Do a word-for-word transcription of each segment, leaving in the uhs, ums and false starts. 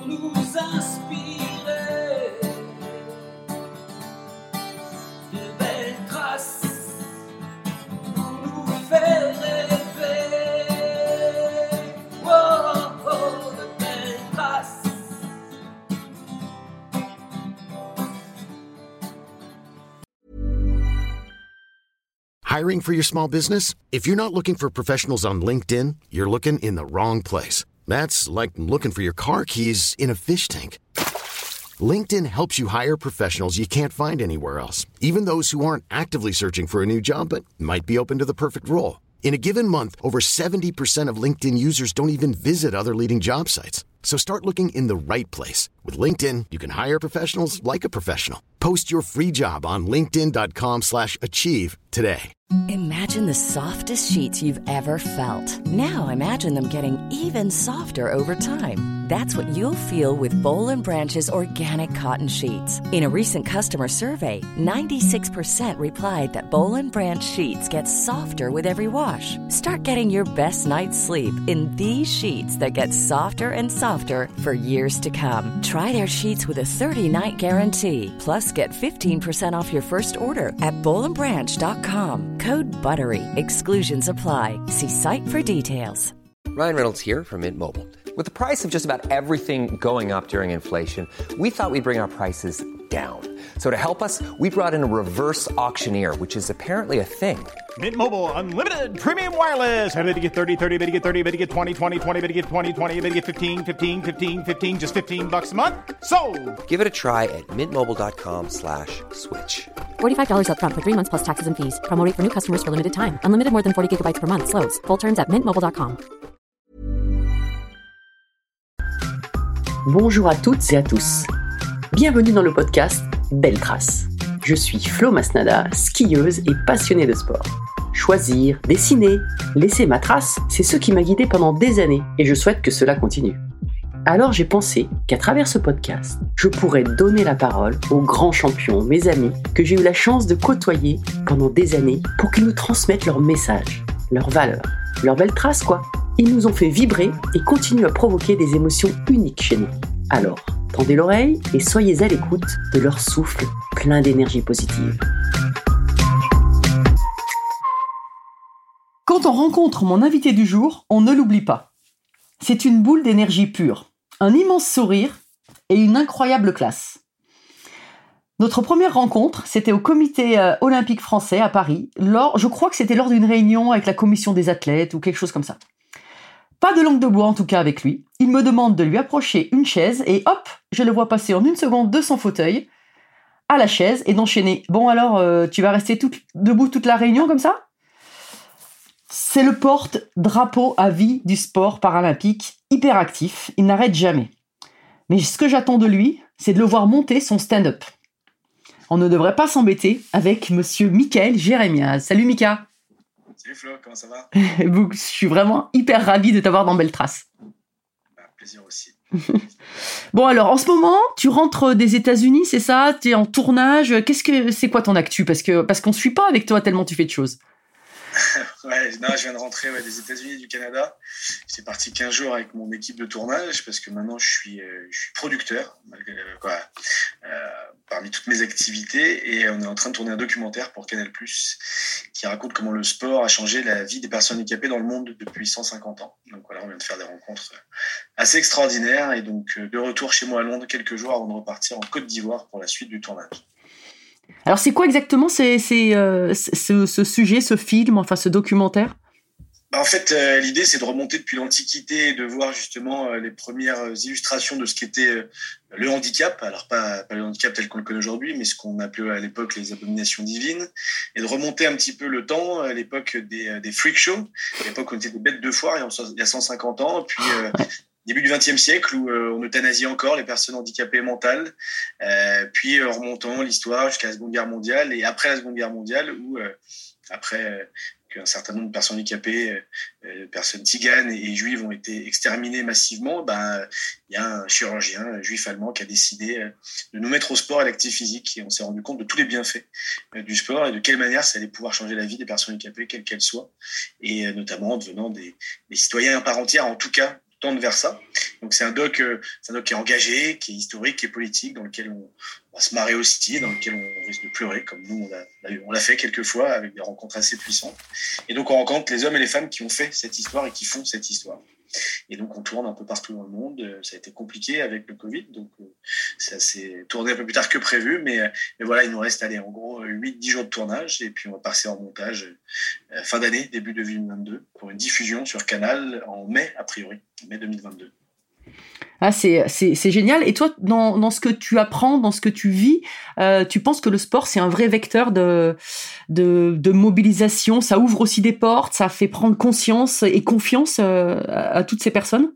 nous inspirer de belles traces pour nous faire rêver. Oh, oh, de belles traces. Hiring for your small business? If you're not looking for professionals on LinkedIn, you're looking in the wrong place. That's like looking for your car keys in a fish tank. LinkedIn helps you hire professionals you can't find anywhere else, even those who aren't actively searching for a new job but might be open to the perfect role. In a given month, over seventy percent of LinkedIn users don't even visit other leading job sites. So start looking in the right place. With LinkedIn, you can hire professionals like a professional. Post your free job on linkedin.com slash achieve today. Imagine the softest sheets you've ever felt. Now imagine them getting even softer over time. That's what you'll feel with Boll and Branch's organic cotton sheets. In a recent customer survey, ninety-six percent replied that Boll and Branch sheets get softer with every wash. Start getting your best night's sleep in these sheets that get softer and softer for years to come. Try their sheets with a thirty-night guarantee. Plus, get fifteen percent off your first order at boll and branch dot com. Code BUTTERY. Exclusions apply. See site for details. Ryan Reynolds here from Mint Mobile. With the price of just about everything going up during inflation, we thought we'd bring our prices down. So to help us, we brought in a reverse auctioneer, which is apparently a thing. Mint Mobile Unlimited Premium Wireless. How to get thirty, thirty, how to get thirty, how to get twenty, twenty, twenty, how to get twenty, twenty, how to get fifteen, fifteen, fifteen, fifteen, just fifteen bucks a month? Sold! Give it a try at mintmobile.com slash switch. forty-five dollars up front for three months plus taxes and fees. Promo rate for new customers for limited time. Unlimited more than forty gigabytes per month. Slows full terms at mint mobile dot com. Bonjour à toutes et à tous. Bienvenue dans le podcast Belles Traces. Je suis Flo Masnada, skieuse et passionnée de sport. Choisir, dessiner, laisser ma trace, c'est ce qui m'a guidée pendant des années et je souhaite que cela continue. Alors j'ai pensé qu'à travers ce podcast, je pourrais donner la parole aux grands champions, mes amis, que j'ai eu la chance de côtoyer pendant des années pour qu'ils nous transmettent leurs messages, leurs valeurs, leurs belles traces quoi. Ils nous ont fait vibrer et continuent à provoquer des émotions uniques chez nous. Alors, tendez l'oreille et soyez à l'écoute de leur souffle plein d'énergie positive. Quand on rencontre mon invité du jour, on ne l'oublie pas. C'est une boule d'énergie pure, un immense sourire et une incroyable classe. Notre première rencontre, c'était au comité euh, olympique français à Paris. Lors, je crois que c'était lors d'une réunion avec la commission des athlètes ou quelque chose comme ça. Pas de langue de bois en tout cas avec lui. Il me demande de lui approcher une chaise et hop, je le vois passer en une seconde de son fauteuil à la chaise et d'enchaîner. Bon alors, euh, tu vas rester tout, debout toute la réunion comme ça ? C'est le porte-drapeau à vie du sport paralympique, hyper actif, il n'arrête jamais. Mais ce que j'attends de lui, c'est de le voir monter son stand-up. On ne devrait pas s'embêter avec monsieur Mickaël Jérémiaz. Salut Mika. Salut Flo, comment ça va ? Je suis vraiment hyper ravi de t'avoir dans Belles Traces. Bah, plaisir aussi. Bon alors, en ce moment, tu rentres des États-Unis, c'est ça ? Tu es en tournage. Qu'est-ce que c'est quoi ton actu ? Parce que parce qu'on ne suit pas avec toi tellement tu fais de choses. Ouais, non, je viens de rentrer ouais, des États-Unis et du Canada. J'étais parti quinze jours avec mon équipe de tournage parce que maintenant je suis, euh, je suis producteur malgré, euh, quoi, euh, parmi toutes mes activités et on est en train de tourner un documentaire pour Canal plus, qui raconte comment le sport a changé la vie des personnes handicapées dans le monde depuis cent cinquante ans. Donc voilà, on vient de faire des rencontres assez extraordinaires et donc de retour chez moi à Londres quelques jours avant de repartir en Côte d'Ivoire pour la suite du tournage. Alors, c'est quoi exactement c'est, c'est, euh, ce, ce sujet, ce film, enfin ce documentaire ? Bah en fait, euh, l'idée, c'est de remonter depuis l'Antiquité et de voir justement euh, les premières illustrations de ce qu'était euh, le handicap. Alors, pas, pas le handicap tel qu'on le connaît aujourd'hui, mais ce qu'on appelait à l'époque les abominations divines. Et de remonter un petit peu le temps, à l'époque des, euh, des freak shows, à l'époque où on était des bêtes de foire, il y a cent cinquante ans. Puis... Euh, début du vingtième siècle où euh, on euthanasie encore les personnes handicapées mentales, euh, puis euh, remontant l'histoire jusqu'à la Seconde Guerre mondiale et après la Seconde Guerre mondiale où euh, après euh, qu'un certain nombre de personnes handicapées, euh, personnes tziganes et, et juives ont été exterminées massivement, ben il y a un chirurgien un juif allemand qui a décidé euh, de nous mettre au sport et à l'activité physique et on s'est rendu compte de tous les bienfaits euh, du sport et de quelle manière ça allait pouvoir changer la vie des personnes handicapées quelles qu'elles soient et euh, notamment en devenant des, des citoyens à part entière en tout cas tendre vers ça. Donc c'est un doc, euh, c'est un doc qui est engagé, qui est historique, qui est politique, dans lequel on va se marrer aussi, dans lequel on risque de pleurer, comme nous on l'a, on l'a fait quelques fois avec des rencontres assez puissantes. Et donc on rencontre les hommes et les femmes qui ont fait cette histoire et qui font cette histoire. Et donc on tourne un peu partout dans le monde. Ça a été compliqué avec le Covid, donc ça s'est tourné un peu plus tard que prévu, mais, mais voilà, il nous reste allez, en gros huit dix jours de tournage, et puis on va passer en montage euh, fin d'année, début de deux mille vingt-deux, pour une diffusion sur Canal en mai, a priori, mai deux mille vingt-deux. Ah, c'est, c'est, c'est génial. Et toi, dans, dans ce que tu apprends, dans ce que tu vis, euh, tu penses que le sport, c'est un vrai vecteur de, de, de mobilisation. Ça ouvre aussi des portes, ça fait prendre conscience et confiance euh, à, à toutes ces personnes?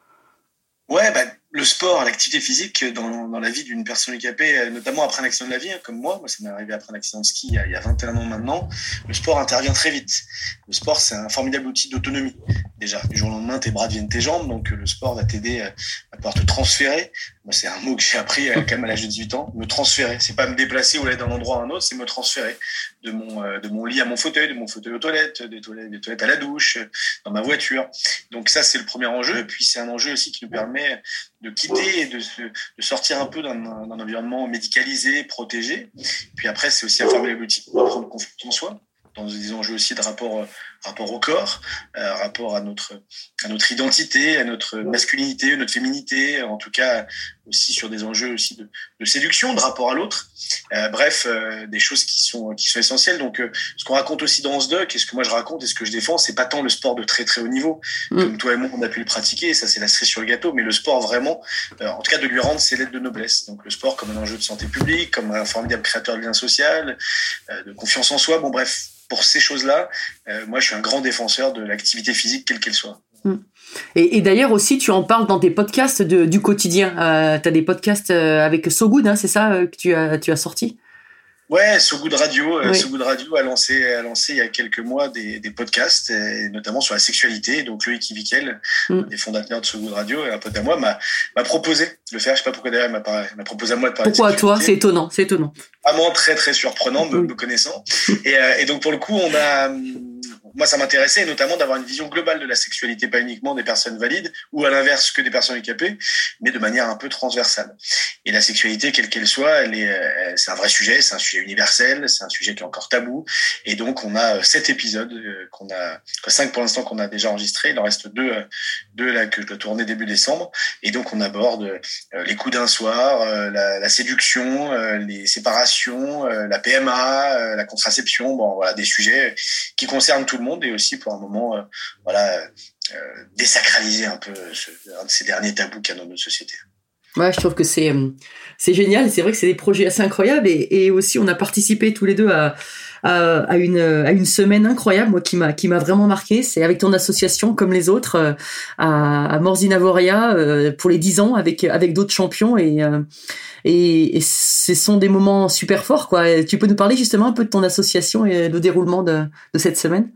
Ouais, bah, le sport, l'activité physique dans, dans la vie d'une personne handicapée, notamment après un accident de la vie, hein, comme moi, moi ça m'est arrivé après un accident de ski il y, a, il y a vingt et un ans maintenant, le sport intervient très vite. Le sport, c'est un formidable outil d'autonomie. Déjà, du jour au lendemain, tes bras deviennent tes jambes, donc le sport va t'aider à pouvoir te transférer. Moi, c'est un mot que j'ai appris quand même à l'âge de dix-huit ans, me transférer. C'est pas me déplacer ou aller d'un endroit à un autre, c'est me transférer de mon, de mon lit à mon fauteuil, de mon fauteuil aux toilettes, des toilettes, des toilettes à la douche, dans ma voiture. Donc ça, c'est le premier enjeu. Et puis c'est un enjeu aussi qui nous permet de quitter et de, de sortir un peu d'un, d'un environnement médicalisé, protégé. Puis après, c'est aussi un formidable outil pour prendre confiance en soi, dans des enjeux aussi de rapport, rapport au corps, euh, rapport à notre, à notre identité, à notre masculinité, à notre féminité, en tout cas aussi sur des enjeux aussi de, de séduction, de rapport à l'autre. Euh, bref, euh, des choses qui sont, qui sont essentielles. Donc, euh, ce qu'on raconte aussi dans ce doc, et ce que moi je raconte et ce que je défends, c'est pas tant le sport de très très haut niveau, mmh. comme toi et moi on a pu le pratiquer, ça c'est la cerise sur le gâteau, mais le sport vraiment, euh, en tout cas de lui rendre ses lettres de noblesse. Donc le sport comme un enjeu de santé publique, comme un formidable créateur de liens sociaux, euh, de confiance en soi, bon bref. Pour ces choses-là, euh, moi, je suis un grand défenseur de l'activité physique, quelle qu'elle soit. Et, et d'ailleurs aussi, tu en parles dans tes podcasts de, du quotidien. Euh, tu as des podcasts avec So Good, hein, c'est ça euh, que tu as, tu as sorti? Ouais, So Good Radio, oui. euh, So Good Radio a lancé, a lancé il y a quelques mois des, des podcasts, et notamment sur la sexualité. Donc Loïc Ivikel, mm. des fondateurs de So Good Radio, un pote à moi, m'a, m'a proposé de le faire. Je sais pas pourquoi d'ailleurs il m'a, pas, il m'a proposé à moi de parler. Pourquoi de à toi? C'est étonnant, c'est étonnant. Vraiment très très surprenant, me, mm. me connaissant. Et, euh, et donc pour le coup, on a, moi ça m'intéressait, et notamment d'avoir une vision globale de la sexualité, pas uniquement des personnes valides ou à l'inverse que des personnes handicapées, mais de manière un peu transversale. Et la sexualité, quelle qu'elle soit, elle est, euh, c'est un vrai sujet, c'est un sujet universel, c'est un sujet qui est encore tabou. Et donc, on a sept épisodes, euh, qu'on a, cinq pour l'instant qu'on a déjà enregistrés. Il en reste deux, euh, deux là que je dois tourner début décembre. Et donc, on aborde euh, les coups d'un soir, euh, la, la séduction, euh, les séparations, euh, la P M A, euh, la contraception. Bon, voilà, des sujets qui concernent tout le monde et aussi pour un moment, euh, voilà, euh, désacraliser un peu ce, un de ces derniers tabous qu'il y a dans notre société. Ouais, je trouve que c'est c'est génial. C'est vrai que c'est des projets assez incroyables et, et aussi on a participé tous les deux à à, à une à une semaine incroyable, moi qui m'a qui m'a vraiment marqué. C'est avec ton association comme les autres à, à Morzine-Avoria pour les dix ans avec avec d'autres champions et et, et ce sont des moments super forts quoi. Tu peux nous parler justement un peu de ton association et le déroulement de de cette semaine?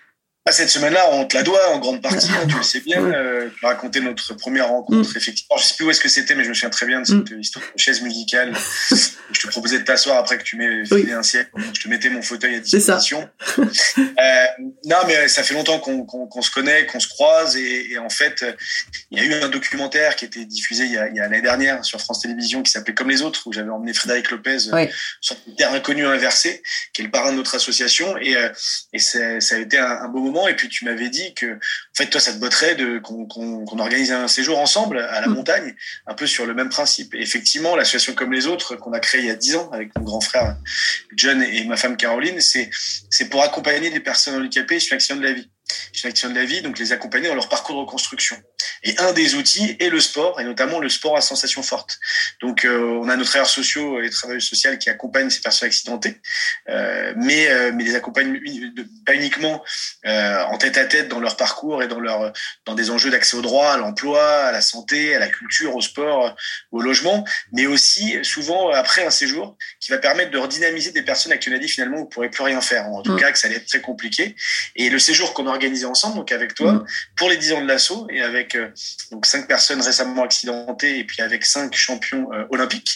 Cette semaine-là, on te la doit en grande partie, hein, tu le sais bien. Euh, tu as raconté notre première rencontre, mm. effectivement. Je ne sais plus où est-ce que c'était, mais je me souviens très bien de cette mm. histoire de chaise musicale. Je te proposais de t'asseoir après que tu m'aies filé oui. un siècle. Je te mettais mon fauteuil à disposition. C'est ça. euh, non, mais ça fait longtemps qu'on, qu'on, qu'on se connaît, qu'on se croise. Et, et en fait, il y a eu un documentaire qui a été diffusé il y a, il y a l'année dernière sur France Télévisions qui s'appelait Comme les autres, où j'avais emmené Frédéric Lopez oui. sur Terre inconnue inversée, qui est le parrain de notre association. Et, et ça, ça a été un, un beau moment. Et puis tu m'avais dit que, en fait, toi, ça te botterait de qu'on, qu'on, qu'on organise un séjour ensemble à la mmh. montagne, un peu sur le même principe. Et effectivement, l'association Comme les autres qu'on a créée il y a dix ans avec mon grand frère John et ma femme Caroline, c'est c'est pour accompagner des personnes handicapées sur l'accident de la vie. Sur l'accident de la vie, donc les accompagner dans leur parcours de reconstruction. Et un des outils est le sport, et notamment le sport à sensation forte. Donc, euh, on a nos travailleurs sociaux et travailleuses sociales qui accompagnent ces personnes accidentées, euh, mais euh, mais les accompagnent pas uniquement euh, en tête à tête dans leur parcours et dans leur dans des enjeux d'accès au droit, à l'emploi, à la santé, à la culture, au sport, au logement, mais aussi souvent après un séjour qui va permettre de redynamiser des personnes à qui on a dit finalement vous pourrez plus rien faire, en tout mmh. cas que ça allait être très compliqué. Et le séjour qu'on a organisé ensemble, donc avec toi, mmh. pour les dix ans de l'assaut et avec euh, donc cinq personnes récemment accidentées et puis avec cinq champions euh, olympiques,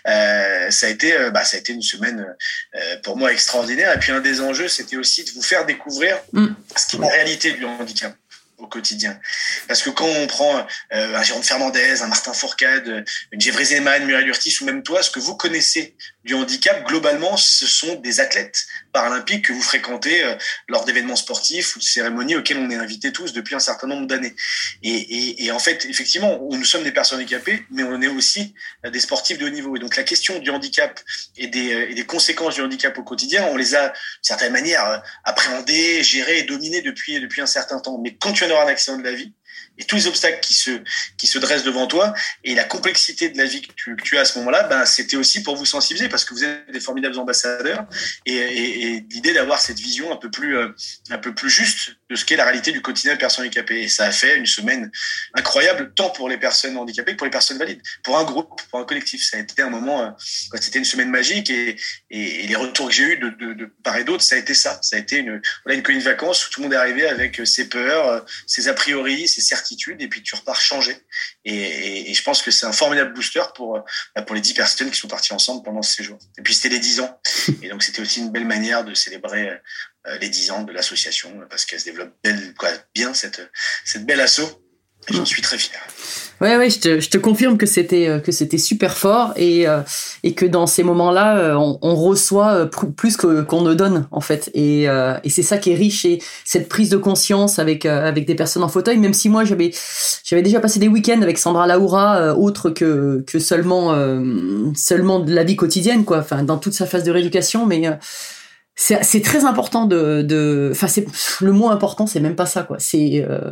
euh, ça a été, euh, bah, ça a été une semaine euh, pour moi extraordinaire. Et puis un des enjeux, c'était aussi de vous faire découvrir mmh. ce qui est la réalité du handicap au quotidien. Parce que quand on prend euh, un Jérôme Fernandez, un Martin Fourcade, une Gévry Zeman, Muriel Urtis ou même toi, ce que vous connaissez du handicap, globalement, ce sont des athlètes paralympiques que vous fréquentez euh, lors d'événements sportifs ou de cérémonies auxquelles on est invités tous depuis un certain nombre d'années. Et, et, et en fait, effectivement, nous sommes des personnes handicapées, mais on est aussi des sportifs de haut niveau. Et donc la question du handicap et des, et des conséquences du handicap au quotidien, on les a d'une certaine manière appréhendées, gérées et dominées depuis, depuis un certain temps. Mais quand tu en auras un accident de la vie, et tous les obstacles qui se qui se dressent devant toi et la complexité de la vie que tu, que tu as à ce moment-là, ben c'était aussi pour vous sensibiliser parce que vous êtes des formidables ambassadeurs et, et, et l'idée d'avoir cette vision un peu plus euh, un peu plus juste de ce qu'est la réalité du quotidien des personnes handicapées. Et ça a fait une semaine incroyable tant pour les personnes handicapées que pour les personnes valides, pour un groupe, pour un collectif. Ça a été un moment, euh, c'était une semaine magique et, et, et les retours que j'ai eus de, de, de part et d'autre, ça a été ça. Ça a été une voilà une colonie de vacances où tout le monde est arrivé avec ses peurs, ses a priori, ses certitudes. Et puis tu repars changé. Et, et, et je pense que c'est un formidable booster pour, pour les dix personnes qui sont parties ensemble pendant ce séjour. Et puis c'était les dix ans. Et donc c'était aussi une belle manière de célébrer les dix ans de l'association parce qu'elle se développe belle, quoi, bien, cette, cette belle asso. Et j'en suis très fier. Ouais, ouais, je te, je te confirme que c'était, que c'était super fort et, euh, et que dans ces moments-là, on, on reçoit plus que, qu'on ne donne, en fait. Et, euh, et c'est ça qui est riche et cette prise de conscience avec, euh, avec des personnes en fauteuil, même si moi, j'avais, j'avais déjà passé des week-ends avec Sandra Laoura, euh, autre que, que seulement, euh, seulement de la vie quotidienne, quoi. Enfin, dans toute sa phase de rééducation, mais, euh, c'est, c'est très important de, de, enfin, c'est, le mot important, c'est même pas ça, quoi. C'est, euh,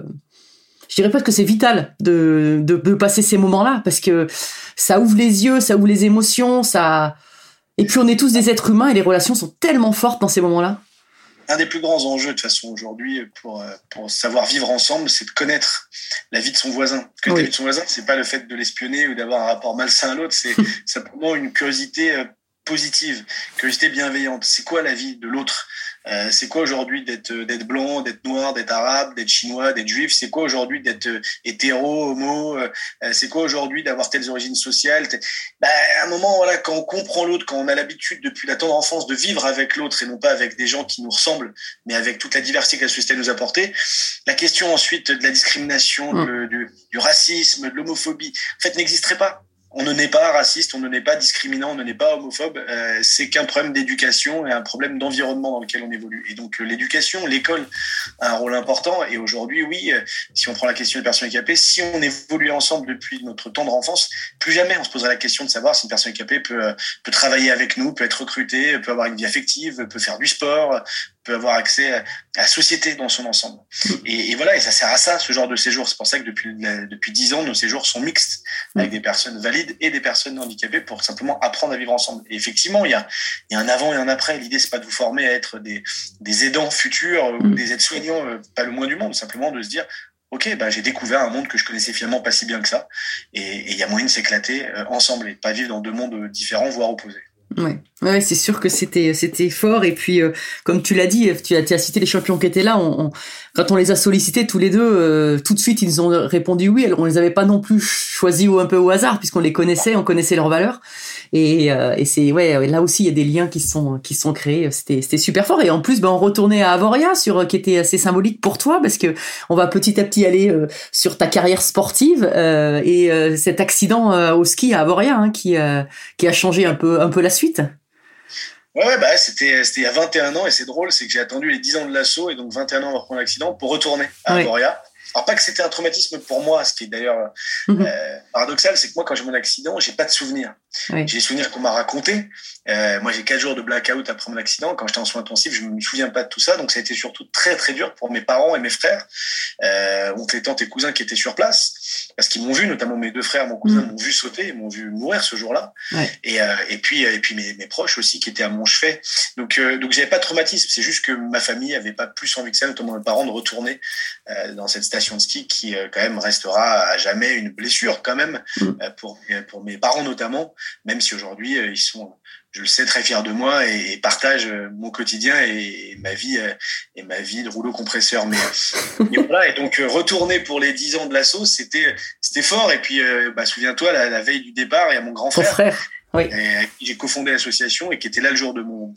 je dirais presque que c'est vital de, de, de passer ces moments-là parce que ça ouvre les yeux, ça ouvre les émotions, ça. Et puis on est tous des êtres humains et les relations sont tellement fortes dans ces moments-là. Un des plus grands enjeux de toute façon aujourd'hui pour, pour savoir vivre ensemble, c'est de connaître la vie de son voisin. Connaître oui. La vie de son voisin, c'est pas le fait de l'espionner ou d'avoir un rapport malsain à l'autre, c'est simplement une curiosité positive, curiosité bienveillante. C'est quoi la vie de l'autre ? Euh, c'est quoi aujourd'hui d'être d'être blanc, d'être noir, d'être arabe, d'être chinois, d'être juif? C'est quoi aujourd'hui d'être hétéro, homo? Euh, c'est quoi aujourd'hui d'avoir telles origines sociales? Bah, à un moment, voilà, quand on comprend l'autre, quand on a l'habitude depuis la tendre enfance de vivre avec l'autre et non pas avec des gens qui nous ressemblent, mais avec toute la diversité que la société nous a apportée, la question ensuite de la discrimination, mmh. de, du, du racisme, de l'homophobie, en fait, n'existerait pas. On ne naît pas raciste, on ne naît pas discriminant, on ne naît pas homophobe. Euh, c'est qu'un problème d'éducation et un problème d'environnement dans lequel on évolue. Et donc euh, l'éducation, l'école a un rôle important. Et aujourd'hui, oui, euh, si on prend la question des personnes handicapées, si on évolue ensemble depuis notre tendre enfance, plus jamais on se poserait la question de savoir si une personne handicapée peut, euh, peut travailler avec nous, peut être recrutée, peut avoir une vie affective, peut faire du sport, peut avoir accès à la société dans son ensemble. Et, et voilà, et ça sert à ça, ce genre de séjour. C'est pour ça que depuis depuis dix ans, nos séjours sont mixtes avec des personnes valides et des personnes handicapées pour simplement apprendre à vivre ensemble. Et effectivement, il y a il y a un avant et un après. L'idée, c'est pas de vous former à être des des aidants futurs ou des aides-soignants, pas le moins du monde, simplement de se dire ok, bah, j'ai découvert un monde que je connaissais finalement pas si bien que ça. Et il y a moyen de s'éclater ensemble et de pas vivre dans deux mondes différents, voire opposés. Ouais, ouais, c'est sûr que c'était c'était fort et puis euh, comme tu l'as dit, tu as, tu as cité les champions qui étaient là. On, on, quand on les a sollicités tous les deux, euh, tout de suite ils nous ont répondu oui. On les avait pas non plus choisis un peu au hasard puisqu'on les connaissait, on connaissait leurs valeurs et, euh, et c'est ouais là aussi il y a des liens qui sont qui sont créés. C'était c'était super fort et en plus ben on retournait à Avoria sur qui était assez symbolique pour toi parce que on va petit à petit aller euh, sur ta carrière sportive euh, et euh, cet accident euh, au ski à Avoria hein, qui euh, qui a changé un peu un peu la suite. Ouais, ouais, bah, c'était, c'était il y a vingt et un ans et c'est drôle, c'est que j'ai attendu les dix ans de l'assaut et donc vingt et un ans avant prendre l'accident pour retourner à Avoria. Oui. Alors, pas que c'était un traumatisme pour moi, ce qui est d'ailleurs mmh. euh, paradoxal, c'est que moi, quand j'ai mon accident, j'ai pas de souvenirs. Oui. J'ai des souvenirs qu'on m'a racontés. Euh, moi, j'ai quatre jours de blackout après mon accident. Quand j'étais en soins intensifs, je me souviens pas de tout ça. Donc, ça a été surtout très, très dur pour mes parents et mes frères. Euh, oncles et tantes et cousins qui étaient sur place. Parce qu'ils m'ont vu, notamment mes deux frères, mon cousin, mmh. m'ont vu sauter, m'ont vu mourir ce jour-là. Ouais. Et, euh, et puis, et puis mes, mes proches aussi qui étaient à mon chevet. Donc, euh, donc, j'avais pas de traumatisme. C'est juste que ma famille avait pas plus envie que ça, notamment mes parents, de retourner euh, dans cette station de ski qui, euh, quand même, restera à jamais une blessure, quand même, mmh. euh, pour, pour mes parents notamment, même si aujourd'hui, euh, ils sont, je le sais, très fiers de moi et, et partagent euh, mon quotidien et, et ma vie euh, et ma vie de rouleau compresseur. Mais, mais voilà, et donc, euh, retourner pour les dix ans de l'assaut, c'était, c'était fort. Et puis, euh, bah, souviens-toi, la, la veille du départ, il y a mon grand frère, frère. Oui. Et, avec qui j'ai cofondé l'association et qui était là le jour de mon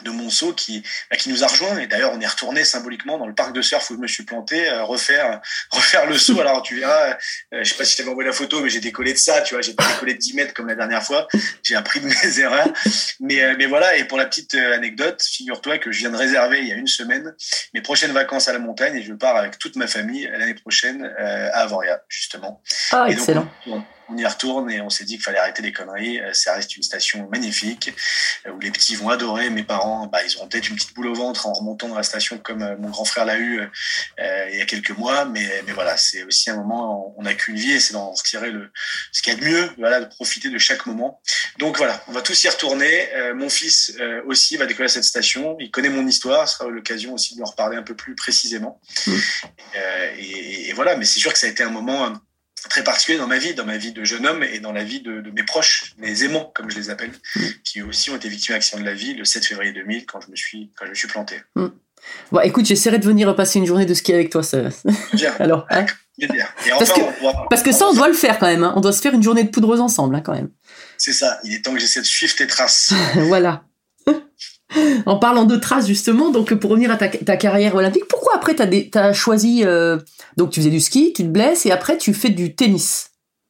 de Monceau qui, bah, qui nous a rejoints. Et d'ailleurs, on est retourné symboliquement dans le parc de surf où je me suis planté, euh, refaire, refaire le saut. Alors, tu verras, euh, je sais pas si je t'avais envoyé la photo, mais j'ai décollé de ça, tu vois, j'ai pas décollé de dix mètres comme la dernière fois. J'ai appris de mes erreurs. Mais, euh, mais voilà. Et pour la petite euh, anecdote, figure-toi que je viens de réserver il y a une semaine mes prochaines vacances à la montagne et je pars avec toute ma famille l'année prochaine, euh, à Avoria, justement. Ah, et excellent. Donc, on, on y retourne et on s'est dit qu'il fallait arrêter les conneries. Ça reste une station magnifique où les petits vont adorer. Mes parents, bah, ils auront peut-être une petite boule au ventre en remontant dans la station comme mon grand frère l'a eu euh, il y a quelques mois. Mais, mais voilà, c'est aussi un moment, on n'a qu'une vie et c'est d'en tirer le, ce qu'il y a de mieux, voilà, de profiter de chaque moment. Donc voilà, on va tous y retourner. Euh, mon fils euh, aussi va décoller à cette station. Il connaît mon histoire, ce sera l'occasion aussi de lui en reparler un peu plus précisément. Mmh. Euh, et, et voilà, mais c'est sûr que ça a été un moment très particulier dans ma vie, dans ma vie de jeune homme et dans la vie de, de mes proches, mes aimants, comme je les appelle, mmh. qui aussi ont été victimes d'accident de la vie le sept février deux mille quand je me suis, quand je me suis planté. Mmh. Bon, écoute, j'essaierai de venir passer une journée de ski avec toi. Ça... Bien. Alors, hein et parce, enfin, que, on pourra, parce que ça, on doit le faire quand même. Hein. On doit se faire une journée de poudreuse ensemble, hein, quand même. C'est ça. Il est temps que j'essaie de suivre tes traces. Voilà. En parlant de traces, justement, donc pour revenir à ta, ta carrière olympique, pourquoi après t'as, des, t'as choisi... Euh, donc tu faisais du ski, tu te blesses, et après tu fais du tennis?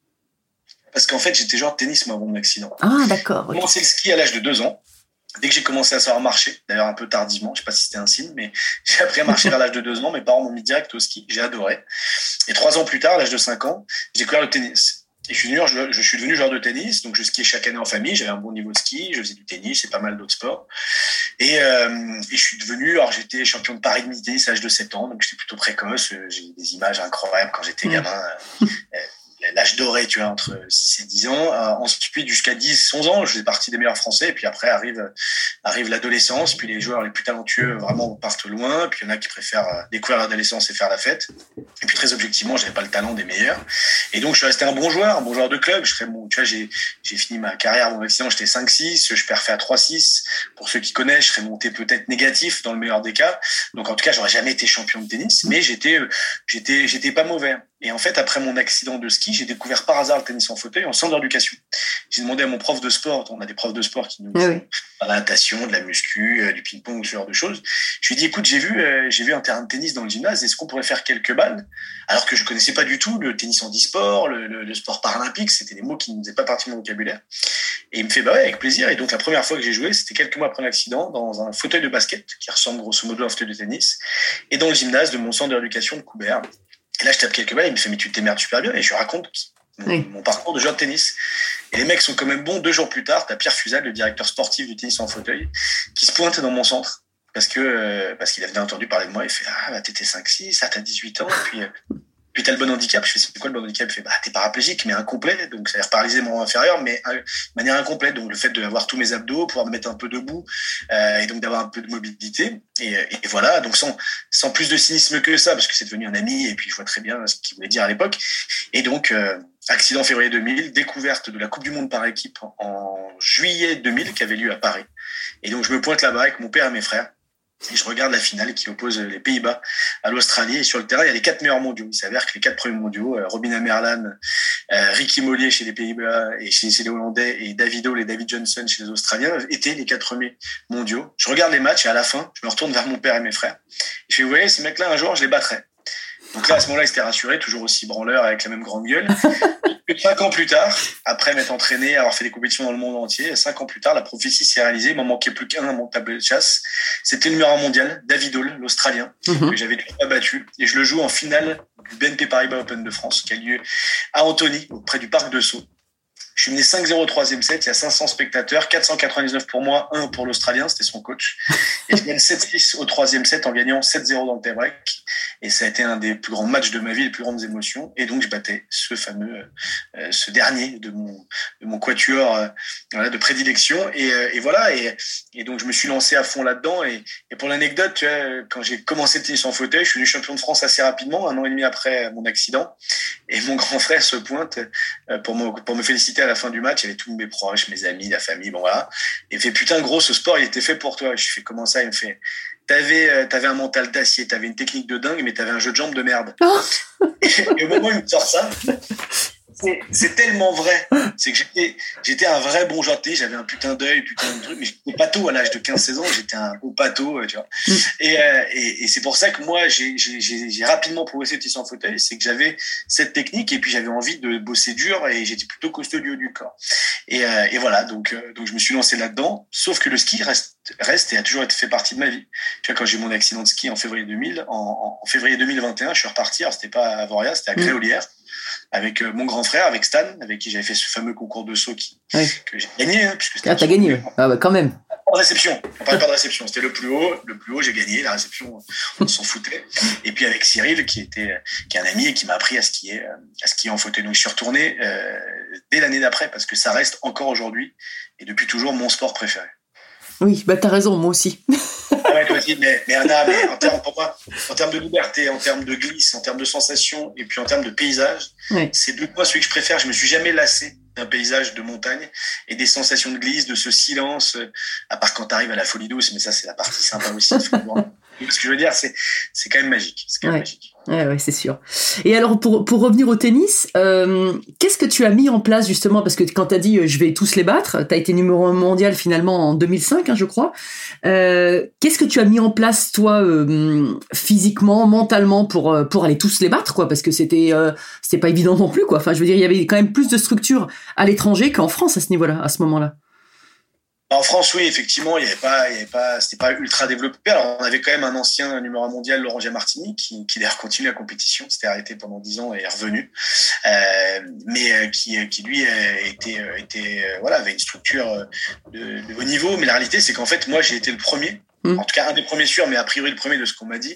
Parce qu'en fait, j'étais joueur de tennis, moi, avant mon accident. Ah, d'accord. J'ai commencé le ski à l'âge de deux ans. Dès que j'ai commencé à savoir marcher, d'ailleurs un peu tardivement, je sais pas si c'était un signe, mais j'ai appris à marcher vers l'âge de deux ans. Mes parents m'ont mis direct au ski, j'ai adoré. Et trois ans plus tard, à l'âge de cinq ans, j'ai découvert le tennis. Et je suis, devenu, je, je suis devenu joueur de tennis, donc je skiais chaque année en famille, j'avais un bon niveau de ski, je faisais du tennis et pas mal d'autres sports. Et, euh, et je suis devenu, alors j'étais champion de Paris de mini-tennis à l'âge de sept ans, donc j'étais plutôt précoce, j'ai des images incroyables quand j'étais gamin. Euh, l'âge doré, tu vois, entre six et dix ans. Euh, ensuite, jusqu'à dix, onze ans, je faisais partie des meilleurs Français. Et puis après, arrive, arrive l'adolescence. Puis les joueurs les plus talentueux, vraiment, partent loin. Puis il y en a qui préfèrent découvrir l'adolescence et faire la fête. Et puis très objectivement, j'avais pas le talent des meilleurs. Et donc, je suis resté un bon joueur, un bon joueur de club. Je serais bon, tu vois, j'ai, j'ai fini ma carrière, mon accident, j'étais cinq six. Je perfais à trois six. Pour ceux qui connaissent, je serais monté peut-être négatif dans le meilleur des cas. Donc, en tout cas, j'aurais jamais été champion de tennis. Mais j'étais, j'étais, j'étais pas mauvais. Et en fait, après mon accident de ski, j'ai découvert par hasard le tennis en fauteuil en centre d'éducation. J'ai demandé à mon prof de sport, on a des profs de sport qui nous oui. de la natation, de la muscu, euh, du ping-pong, ce genre de choses. Je lui ai dit, écoute, j'ai vu, euh, j'ai vu un terrain de tennis dans le gymnase, est-ce qu'on pourrait faire quelques balles? Alors que je connaissais pas du tout le tennis handisport, le, le, le sport paralympique, c'était des mots qui ne faisaient pas partie de mon vocabulaire. Et il me fait, bah ouais, avec plaisir. Et donc, la première fois que j'ai joué, c'était quelques mois après l'accident, dans un fauteuil de basket, qui ressemble grosso modo à un fauteuil de tennis, et dans le gymnase de mon centre d'éducation de Coubert. Et là, je tape quelques balles, il me fait, mais tu t'émerdes super bien. Et je lui raconte mon, oui. mon parcours de joueur de tennis. Et les mecs sont quand même bons. Deux jours plus tard, t'as Pierre Fusal, le directeur sportif du tennis en fauteuil, qui se pointe dans mon centre. Parce que, euh, parce qu'il avait entendu parler de moi. Il fait, ah, bah, t'étais cinq six, ah, t'as dix-huit ans. Et puis, euh, puis t'as le bon handicap. Je fais, c'est quoi le bon handicap? Il fait, bah, t'es paraplégique, mais incomplet. Donc, ça veut dire paralysé membre inférieur, mais euh, de manière incomplète. Donc, le fait d'avoir tous mes abdos, pouvoir me mettre un peu debout, euh, et donc d'avoir un peu de mobilité. Et, et voilà. Donc, sans, sans plus de cynisme que ça, parce que c'est devenu un ami, et puis je vois très bien ce qu'il voulait dire à l'époque. Et donc, euh, accident février deux mille, découverte de la Coupe du Monde par équipe en juillet deux mille, qui avait lieu à Paris. Et donc, je me pointe là-bas avec mon père et mes frères. Et je regarde la finale qui oppose les Pays-Bas à l'Australie. Et sur le terrain, il y a les quatre meilleurs mondiaux. Il s'avère que les quatre premiers mondiaux, euh, Robin Amerlan, euh, Ricky Mollier chez les Pays-Bas et chez, chez les Hollandais, et David Hall et David Johnson chez les Australiens, étaient les quatre premiers mondiaux. Je regarde les matchs et à la fin, je me retourne vers mon père et mes frères. Et je fais, vous voyez, ces mecs-là, un jour, je les battrai. Donc là, à ce moment-là, il s'était rassuré, toujours aussi branleur avec la même grande gueule. Cinq ans plus tard, après m'être entraîné, avoir fait des compétitions dans le monde entier, cinq ans plus tard, la prophétie s'est réalisée. Il m'en manquait plus qu'un à mon tableau de chasse. C'était le numéro un mondial, David Hall, l'Australien, mm-hmm. que j'avais toujours pas battu. Et je le joue en finale du B N P Paribas Open de France, qui a lieu à Antony, près du parc de Sceaux. Je suis mené cinq zéro au troisième set, il y a cinq cents spectateurs, quatre cent quatre-vingt-dix-neuf pour moi, un pour l'Australien, c'était son coach. Et je gagne sept six au troisième set en gagnant sept zéro dans le tie-break. Et ça a été un des plus grands matchs de ma vie, les plus grandes émotions. Et donc, je battais ce fameux, euh, ce dernier de mon, de mon quatuor euh, voilà, de prédilection. Et, euh, et voilà. Et, et donc, je me suis lancé à fond là-dedans. Et, et pour l'anecdote, tu vois, quand j'ai commencé le tennis en fauteuil, je suis devenu champion de France assez rapidement, un an et demi après mon accident. Et mon grand frère se pointe euh, pour, me, pour me féliciter à la fin du match. Il y avait tous mes proches, mes amis, la famille, bon voilà. Et il me fait, putain, gros, ce sport, il était fait pour toi. Je fais, comment ça? Il me fait, T'avais, euh, t'avais un mental d'acier, t'avais une technique de dingue, mais t'avais un jeu de jambes de merde. Oh. Et, et au moment où il me sort ça, c'est, c'est tellement vrai. C'est que j'étais, j'étais un vrai bon janté, j'avais un putain d'œil, putain de truc, mais j'étais pâteau à l'âge de quinze seize ans, j'étais un beau pâteau, tu vois. Mm. Et, euh, et, et c'est pour ça que moi, j'ai, j'ai, j'ai, j'ai rapidement progressé petit en fauteuil, c'est que j'avais cette technique et puis j'avais envie de bosser dur et j'étais plutôt costaud du haut du corps. Et, euh, et voilà, donc, euh, donc je me suis lancé là-dedans, sauf que le ski reste, reste et a toujours fait partie de ma vie. Tu vois, quand j'ai eu mon accident de ski en février deux mille, en, en février deux mille vingt et un, je suis reparti, alors c'était pas à Avoria, c'était à Créolière. Mm. Avec euh, mon grand frère, avec Stan, avec qui j'avais fait ce fameux concours de saut qui, oui. que j'ai gagné. Hein, puisque ah, t'as gagné, ouais. Ah, bah, quand même. Pas de réception. On parlait pas de réception. C'était le plus haut. Le plus haut, j'ai gagné. La réception, on s'en foutait. Et puis avec Cyril, qui était, qui est un ami et qui m'a appris à skier, à skier en fauteuil. Donc je suis retourné euh, dès l'année d'après parce que ça reste encore aujourd'hui et depuis toujours mon sport préféré. Oui, bah t'as raison, moi aussi. Ah ouais, toi aussi, mais, mais Anna, mais en termes, pour moi, en termes de liberté, en termes de glisse, en termes de sensations, et puis en termes de paysage, oui. C'est deux points celui que je préfère. Je me suis jamais lassé d'un paysage de montagne et des sensations de glisse, de ce silence, à part quand t'arrives à la Folie Douce, mais ça c'est la partie sympa aussi. Ce que je veux dire, c'est, c'est quand même magique. C'est quand même ouais. magique. Ouais, ouais, c'est sûr. Et alors, pour, pour revenir au tennis, euh, qu'est-ce que tu as mis en place, justement, parce que quand t'as dit, euh, je vais tous les battre, t'as été numéro un mondial, finalement, en deux mille cinq, hein, je crois. Euh, qu'est-ce que tu as mis en place, toi, euh, physiquement, mentalement, pour, pour aller tous les battre, quoi, parce que c'était, euh, c'était pas évident non plus, quoi. Enfin, je veux dire, il y avait quand même plus de structures à l'étranger qu'en France, à ce niveau-là, à ce moment-là. En France, oui, effectivement, il y avait pas, il y avait pas, c'était pas ultra développé. Alors, on avait quand même un ancien numéro un mondial, Laurent Giamartini, qui, qui d'ailleurs continue la compétition. C'était arrêté pendant dix ans et est revenu. Euh, mais, euh, qui, qui lui, euh, était, euh, était, euh, voilà, avait une structure de, de haut niveau. Mais la réalité, c'est qu'en fait, moi, j'ai été le premier. Mmh. En tout cas, un des premiers sûrs, mais a priori le premier de ce qu'on m'a dit,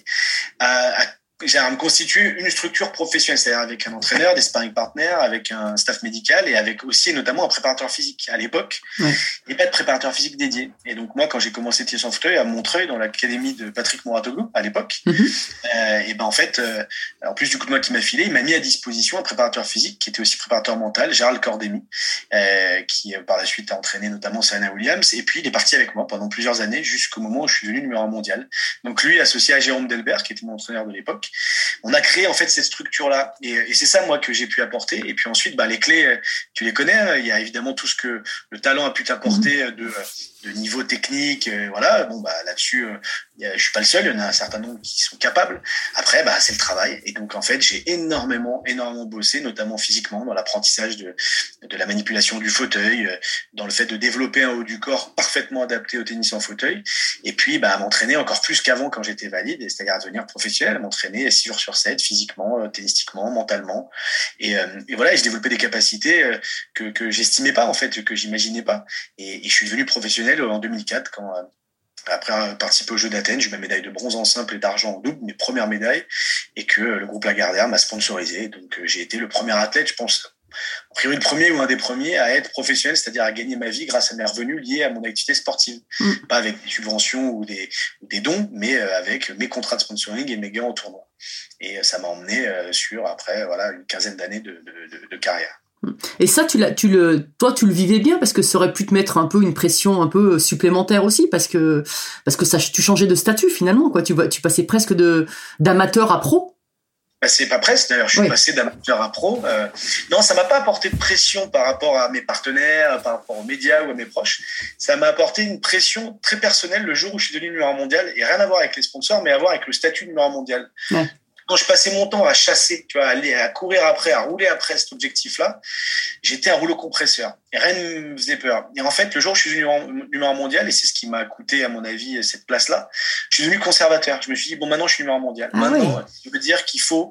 à, à j'ai à me constituer une structure professionnelle, c'est-à-dire avec un entraîneur, des sparring partners, avec un staff médical et avec aussi notamment un préparateur physique à l'époque. Ouais. Et pas de préparateur physique dédié. Et donc moi, quand j'ai commencé à tirer son fauteuil à Montreuil, dans l'académie de Patrick Mouratoglou à l'époque, mm-hmm. euh, et ben en fait, euh, en plus du coup de moi qui m'a filé, il m'a mis à disposition un préparateur physique qui était aussi préparateur mental, Gérald Cordemi, euh, qui euh, par la suite a entraîné notamment Serena Williams. Et puis il est parti avec moi pendant plusieurs années jusqu'au moment où je suis devenu numéro un mondial. Donc lui, associé à Jérôme Delbert, qui était mon entraîneur de l'époque. On a créé en fait cette structure-là et, et c'est ça moi que j'ai pu apporter. Et puis ensuite, bah les clés, tu les connais. Hein. Il y a évidemment tout ce que le talent a pu t'apporter mmh. de, de niveau technique. Euh, voilà, bon bah là-dessus, euh, y a, je suis pas le seul. Il y en a un certain nombre qui sont capables. Après, bah c'est le travail. Et donc en fait, j'ai énormément, énormément bossé, notamment physiquement, dans l'apprentissage de de la manipulation du fauteuil, euh, dans le fait de développer un haut du corps parfaitement adapté au tennis en fauteuil. Et puis, bah m'entraîner encore plus qu'avant quand j'étais valide, c'est-à-dire à devenir professionnel, m'entraîner six jours sur sept, physiquement, euh, tennistiquement, mentalement. Et, euh, et voilà, et je développais des capacités euh, que, que j'estimais pas, en fait, que j'imaginais pas. Et, et je suis devenu professionnel en deux mille quatre quand, euh, après avoir participé aux Jeux d'Athènes, j'ai eu ma médaille de bronze en simple et d'argent en double, mes premières médailles, et que euh, le groupe Lagardère m'a sponsorisé. Donc, euh, j'ai été le premier athlète, je pense, a priori le premier ou un des premiers à être professionnel, c'est-à-dire à gagner ma vie grâce à mes revenus liés à mon activité sportive. Mmh. Pas avec des subventions ou des, ou des dons, mais avec mes contrats de sponsoring et mes gains au tournoi. Et ça m'a emmené sur, après, voilà, une quinzaine d'années de, de, de, de carrière. Et ça, tu l'as, tu le, toi, tu le vivais bien parce que ça aurait pu te mettre un peu une pression un peu supplémentaire aussi parce que, parce que ça, tu changeais de statut finalement, quoi. Tu, tu passais presque de, d'amateur à pro. C'est pas presque, d'ailleurs, je suis oui. passé d'amateur à pro. Euh, non, ça m'a pas apporté de pression par rapport à mes partenaires, par rapport aux médias ou à mes proches. Ça m'a apporté une pression très personnelle le jour où je suis devenu numéro un mondial, et rien à voir avec les sponsors, mais à voir avec le statut numéro un mondial. Ouais. Quand je passais mon temps à chasser, tu vois, à aller, à courir après, à rouler après cet objectif-là, j'étais un rouleau compresseur. Et rien ne me faisait peur. Et en fait, le jour où je suis devenu numéro un mondial, et c'est ce qui m'a coûté, à mon avis, cette place-là, je suis devenu conservateur. Je me suis dit, bon, maintenant, je suis numéro un mondial. Ah maintenant, oui. Ça veut dire qu'il faut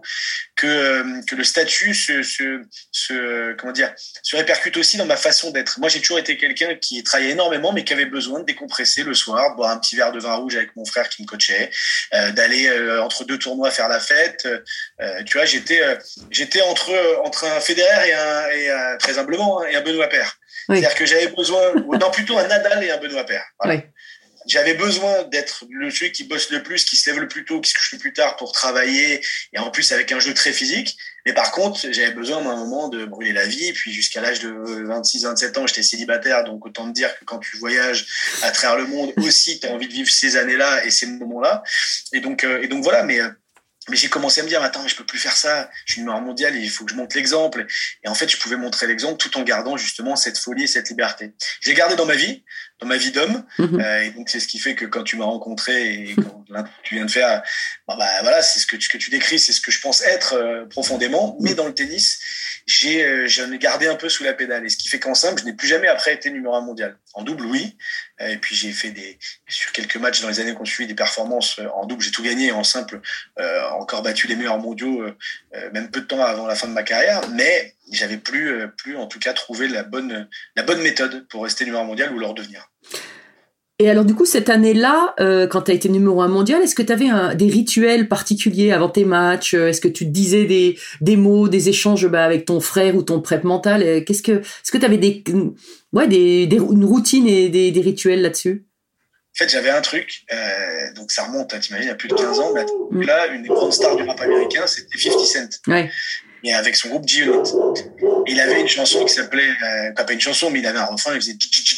que, que le statut se, se, se, comment dire, se répercute aussi dans ma façon d'être. Moi, j'ai toujours été quelqu'un qui travaillait énormément, mais qui avait besoin de décompresser le soir, de boire un petit verre de vin rouge avec mon frère qui me coachait, euh, d'aller euh, entre deux tournois faire la fête. Euh, tu vois, j'étais, euh, j'étais entre, entre un Federer et un, et un, très humblement, hein, et un Benoît Paire. Oui. C'est-à-dire que j'avais besoin, non, plutôt un Nadal et un Benoît Paire. Voilà. Oui. J'avais besoin d'être le celui qui bosse le plus, qui se lève le plus tôt, qui se couche le plus tard pour travailler, et en plus avec un jeu très physique. Mais par contre, j'avais besoin d'un moment de brûler la vie. Puis jusqu'à l'âge de vingt-six vingt-sept ans, j'étais célibataire. Donc autant te dire que quand tu voyages à travers le monde aussi, tu as envie de vivre ces années-là et ces moments-là. Et donc, euh, et donc voilà, mais... Mais j'ai commencé à me dire, attends, mais je peux plus faire ça. Je suis numéro un mondial et il faut que je montre l'exemple. Et en fait, je pouvais montrer l'exemple tout en gardant justement cette folie et cette liberté. Je l'ai gardé dans ma vie, dans ma vie d'homme. Mmh. Euh, et donc, c'est ce qui fait que quand tu m'as rencontré et quand tu viens de faire, bah, bah voilà, c'est ce que tu, ce que tu décris, c'est ce que je pense être euh, profondément. Mais dans le tennis, j'ai, euh, j'en ai gardé un peu sous la pédale. Et ce qui fait qu'en simple, je n'ai plus jamais après été numéro un mondial. En double, oui. Euh, et puis, j'ai fait des, sur quelques matchs dans les années qui ont suivi, des performances euh, en double. J'ai tout gagné. En simple, euh, encore battu les meilleurs mondiaux, euh, même peu de temps avant la fin de ma carrière, mais j'avais plus, euh, plus en tout cas trouvé la bonne, la bonne méthode pour rester numéro un mondial ou le redevenir. Et alors du coup, cette année-là, euh, quand tu as été numéro un mondial, est-ce que tu avais un, des rituels particuliers avant tes matchs? Est-ce que tu te disais des, des mots, des échanges bah, avec ton frère ou ton prep mental? Qu'est-ce que, est-ce que tu avais des, ouais, des, des, une routine et des, des rituels là-dessus? En fait, j'avais un truc, euh, donc ça remonte, hein, t'imagines, il y a plus de quinze ans, mais là, une des grandes stars du rap américain, c'était fifty Cent. Ouais. Et avec son groupe G-Unit. Il avait une chanson qui s'appelait, euh, pas une chanson, mais il avait un refrain, il faisait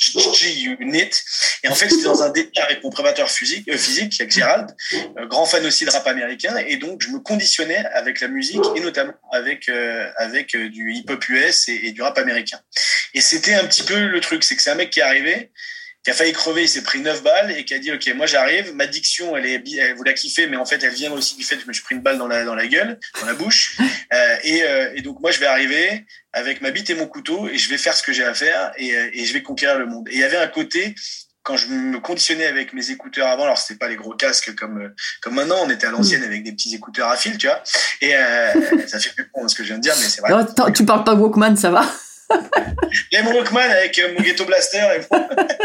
G-Unit. Et en fait, c'était dans un délire avec mon préparateur physique, euh, physique, avec Gérald, euh, grand fan aussi de rap américain. Et donc, je me conditionnais avec la musique et notamment avec, euh, avec euh, du hip-hop U S et, et du rap américain. Et c'était un petit peu le truc, c'est que c'est un mec qui est arrivé, qui a failli crever, il s'est pris neuf balles et qui a dit ok, moi j'arrive, ma diction elle est, elle vous la kiffez, mais en fait elle vient aussi du fait que je me suis pris une balle dans la dans la gueule, dans la bouche, euh, et, euh, et donc moi je vais arriver avec ma bite et mon couteau et je vais faire ce que j'ai à faire et, et je vais conquérir le monde. Et il y avait un côté, quand je me conditionnais avec mes écouteurs avant, alors c'était pas les gros casques comme comme maintenant, on était à l'ancienne avec des petits écouteurs à fil, tu vois, et euh, ça fait plus con ce que je viens de dire, mais c'est vrai. Non, tu parles pas Walkman, ça va? J'ai mon Walkman avec mon Ghetto Blaster et mon...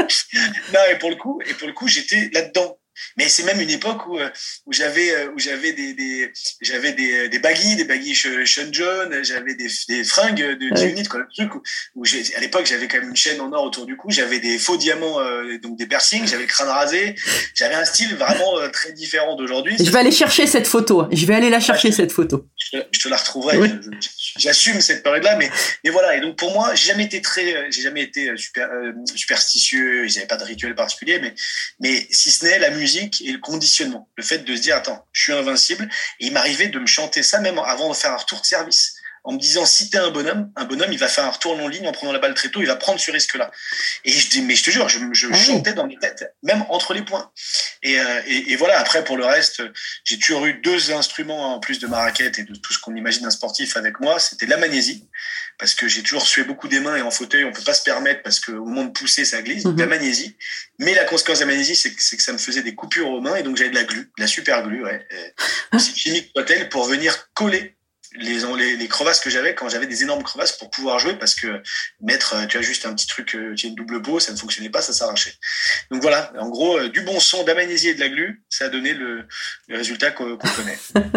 non, et pour le coup et pour le coup j'étais là-dedans. Mais c'est même une époque où où j'avais où j'avais des des j'avais des des baggies, des baggies Sean John, j'avais des des fringues de G-Unit, quoi, le truc où, où j'ai, à l'époque j'avais quand même une chaîne en or autour du cou, j'avais des faux diamants, euh, donc des piercings, j'avais le crâne rasé, j'avais un style vraiment euh, très différent d'aujourd'hui. Je vais aller chercher cette photo, je vais aller la chercher ouais, cette photo. Je, je te la retrouverai. Oui. Je, je, j'assume cette période-là, mais mais voilà. Et donc pour moi, j'ai jamais été très, j'ai jamais été super euh, superstitieux, j'avais pas de rituel particulier, mais mais si ce n'est la musique et le conditionnement, le fait de se dire attends, je suis invincible. Et il m'arrivait de me chanter ça même avant de faire un retour de service, en me disant si t'es un bonhomme, un bonhomme il va faire un retour long ligne en prenant la balle très tôt, il va prendre ce risque-là. Et je dis mais je te jure, je, je ah chantais oui. dans mes têtes, même entre les points. Et, euh, et, et voilà. Après pour le reste, j'ai toujours eu deux instruments en plus de ma raquette et de tout ce qu'on imagine un sportif avec moi. C'était la magnésie, parce que j'ai toujours sué beaucoup des mains et en fauteuil on peut pas se permettre parce que au moment de pousser ça glisse. Donc mm-hmm. la magnésie. Mais la conséquence de la magnésie c'est que, c'est que ça me faisait des coupures aux mains et donc j'avais de la glu, de la super glu, ouais, aussi chimique soit-elle, pour venir coller les, les, les crevasses que j'avais quand j'avais des énormes crevasses pour pouvoir jouer, parce que mettre, tu as juste un petit truc, tu as une double peau, ça ne fonctionnait pas, ça s'arrachait. Donc voilà, en gros, du bon son, de la magnésie et de la glu, ça a donné le, le résultat qu'on, qu'on connaît.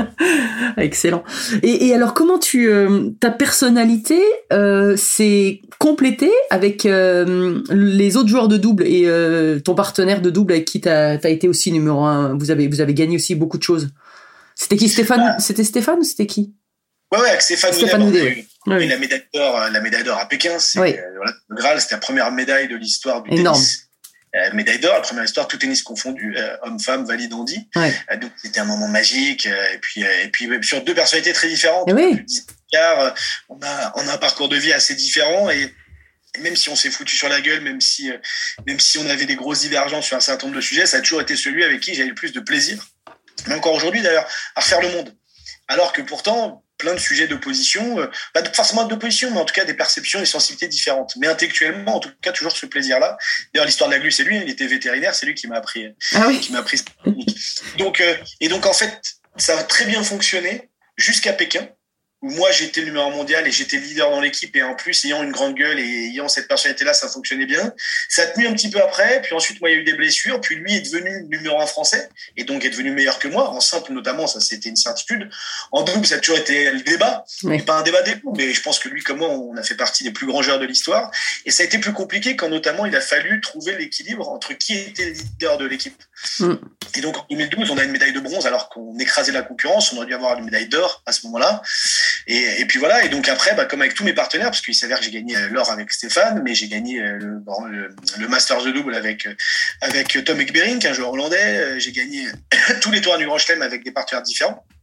Excellent. Et, et alors, comment tu, euh, ta personnalité euh, s'est complétée avec euh, les autres joueurs de double et euh, ton partenaire de double avec qui tu as été aussi numéro un, vous avez, vous avez gagné aussi beaucoup de choses. C'était qui, Stéphane ah. C'était Stéphane ou c'était qui? Ouais, ouais, avec Stéphane, Stéphane Houdet, oui. oui. Oui. La médaille d'or, la médaille d'or à Pékin, c'est oui. euh, voilà, le Graal, c'était la première médaille de l'histoire du Énorme. tennis. Euh, médaille d'or, la première histoire, tout tennis confondu, euh, homme-femme, valide handi. Ouais. Euh, donc c'était un moment magique. Euh, et puis, euh, et puis sur deux personnalités très différentes. Oui. Car on a, on a un parcours de vie assez différent et même si on s'est foutu sur la gueule, même si, euh, même si on avait des grosses divergences sur un certain nombre de sujets, ça a toujours été celui avec qui j'avais le plus de plaisir, mais encore aujourd'hui d'ailleurs, à refaire le monde. Alors que pourtant, plein de sujets d'opposition, euh, pas forcément d'opposition, mais en tout cas des perceptions et sensibilités différentes. Mais intellectuellement, en tout cas, toujours ce plaisir-là. D'ailleurs, l'histoire de la glu, c'est lui, il était vétérinaire, c'est lui qui m'a appris, ah oui. qui m'a appris cette technique. Donc, euh, et donc, en fait, ça a très bien fonctionné jusqu'à Pékin, où moi, j'étais le numéro un mondial et j'étais leader dans l'équipe, et en plus, ayant une grande gueule et ayant cette personnalité-là, ça fonctionnait bien. Ça a tenu un petit peu après, puis ensuite, moi, il y a eu des blessures, puis lui est devenu numéro un français, et donc est devenu meilleur que moi, en simple notamment, ça c'était une certitude. En double, ça a toujours été le débat, oui. Pas un débat des coups, mais je pense que lui comme moi, on a fait partie des plus grands joueurs de l'histoire, et ça a été plus compliqué quand notamment il a fallu trouver l'équilibre entre qui était le leader de l'équipe. Mm. Et donc en deux mille douze, on a une médaille de bronze alors qu'on écrasait la concurrence, on aurait dû avoir une médaille d'or à ce moment-là. Et, et puis voilà, et donc après, bah, comme avec tous mes partenaires, parce qu'il s'avère que j'ai gagné l'or avec Stéphane, mais j'ai gagné le, le, le Masters de double avec, avec Tom Ekbering, un joueur hollandais, j'ai gagné tous les tournois du Grand Chelem avec des partenaires différents.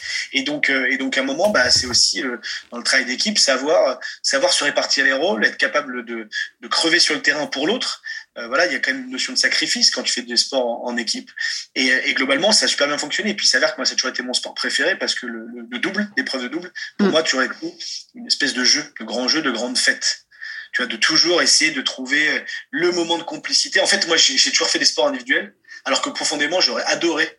Et donc, euh, et donc à un moment, bah, c'est aussi euh, dans le travail d'équipe, savoir, savoir se répartir les rôles, être capable de, de crever sur le terrain pour l'autre. Euh, voilà, il y a quand même une notion de sacrifice quand tu fais des sports en, en équipe. Et, et globalement, ça a super bien fonctionné. Et puis, il s'avère que moi, ça a toujours été mon sport préféré parce que le, le, le double, l'épreuve de double, pour mmh. moi, tu aurais été une espèce de jeu, de grand jeu, de grande fête. Tu vois, de toujours essayer de trouver le moment de complicité. En fait, moi, j'ai, j'ai toujours fait des sports individuels, alors que profondément, j'aurais adoré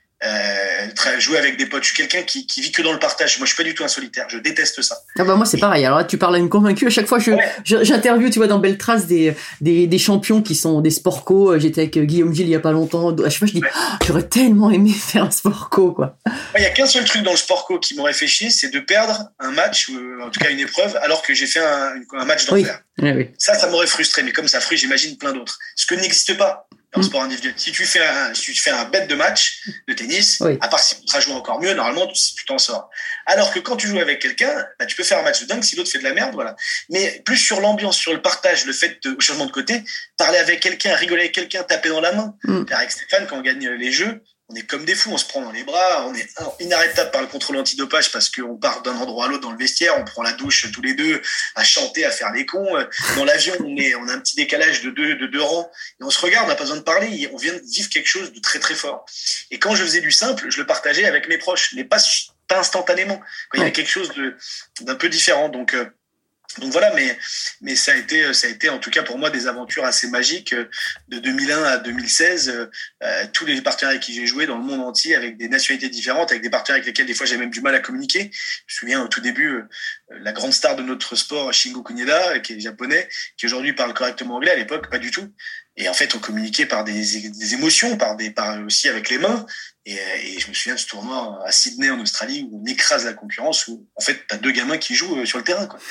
euh, jouer avec des potes. Je suis quelqu'un qui, qui vit que dans le partage. Moi, je suis pas du tout un solitaire. Je déteste ça. Ah bah moi, c'est Et... pareil. Alors là, tu parles à une convaincue. À chaque fois, je, ouais. je j'interviewe, tu vois, dans Belle Trace des, des, des champions qui sont des sport co. J'étais avec Guillaume Gilles il y a pas longtemps. À chaque fois, je dis, ouais. oh, j'aurais tellement aimé faire un sport co, quoi. Il y a qu'un seul truc dans le sport co qui m'aurait fait chier, c'est de perdre un match, ou en tout cas une épreuve, alors que j'ai fait un, un match d'enfer. Oui. Oui, oui. Ça, ça m'aurait frustré. Mais comme ça frustre, j'imagine plein d'autres. Ce que n'existe pas en mmh. sport individuel. Si tu fais un, si tu fais un bet de match de tennis, oui. à part si tu joues encore mieux, normalement, tu, tu t'en sors. Alors que quand tu joues avec quelqu'un, bah, tu peux faire un match de dingue si l'autre fait de la merde, voilà. Mais plus sur l'ambiance, sur le partage, le fait de, au changement de côté, parler avec quelqu'un, rigoler avec quelqu'un, taper dans la main. Mmh. Avec Stéphane, quand on gagne les jeux, on est comme des fous, on se prend dans les bras, on est inarrêtable par le contrôle antidopage parce qu'on part d'un endroit à l'autre dans le vestiaire, on prend la douche tous les deux, à chanter, à faire les cons. Dans l'avion, on est, on a un petit décalage de deux, de deux rangs et on se regarde, on n'a pas besoin de parler, on vient de vivre quelque chose de très très fort. Et quand je faisais du simple, je le partageais avec mes proches, mais pas, pas instantanément, quand il y avait quelque chose de, d'un peu différent. Donc, euh, Donc voilà, mais mais ça a été ça a été en tout cas pour moi des aventures assez magiques de deux mille un à deux mille seize. Euh, tous les partenaires avec qui j'ai joué dans le monde entier, avec des nationalités différentes, avec des partenaires avec lesquels des fois j'ai même du mal à communiquer. Je me souviens au tout début, euh, la grande star de notre sport, Shingo Kunieda, qui est japonais, qui aujourd'hui parle correctement anglais, à l'époque pas du tout. Et en fait, on communiquait par des, des émotions, par des, par aussi avec les mains. Et, et je me souviens de ce tournoi à Sydney en Australie où on écrase la concurrence, où en fait t'as deux gamins qui jouent sur le terrain, quoi.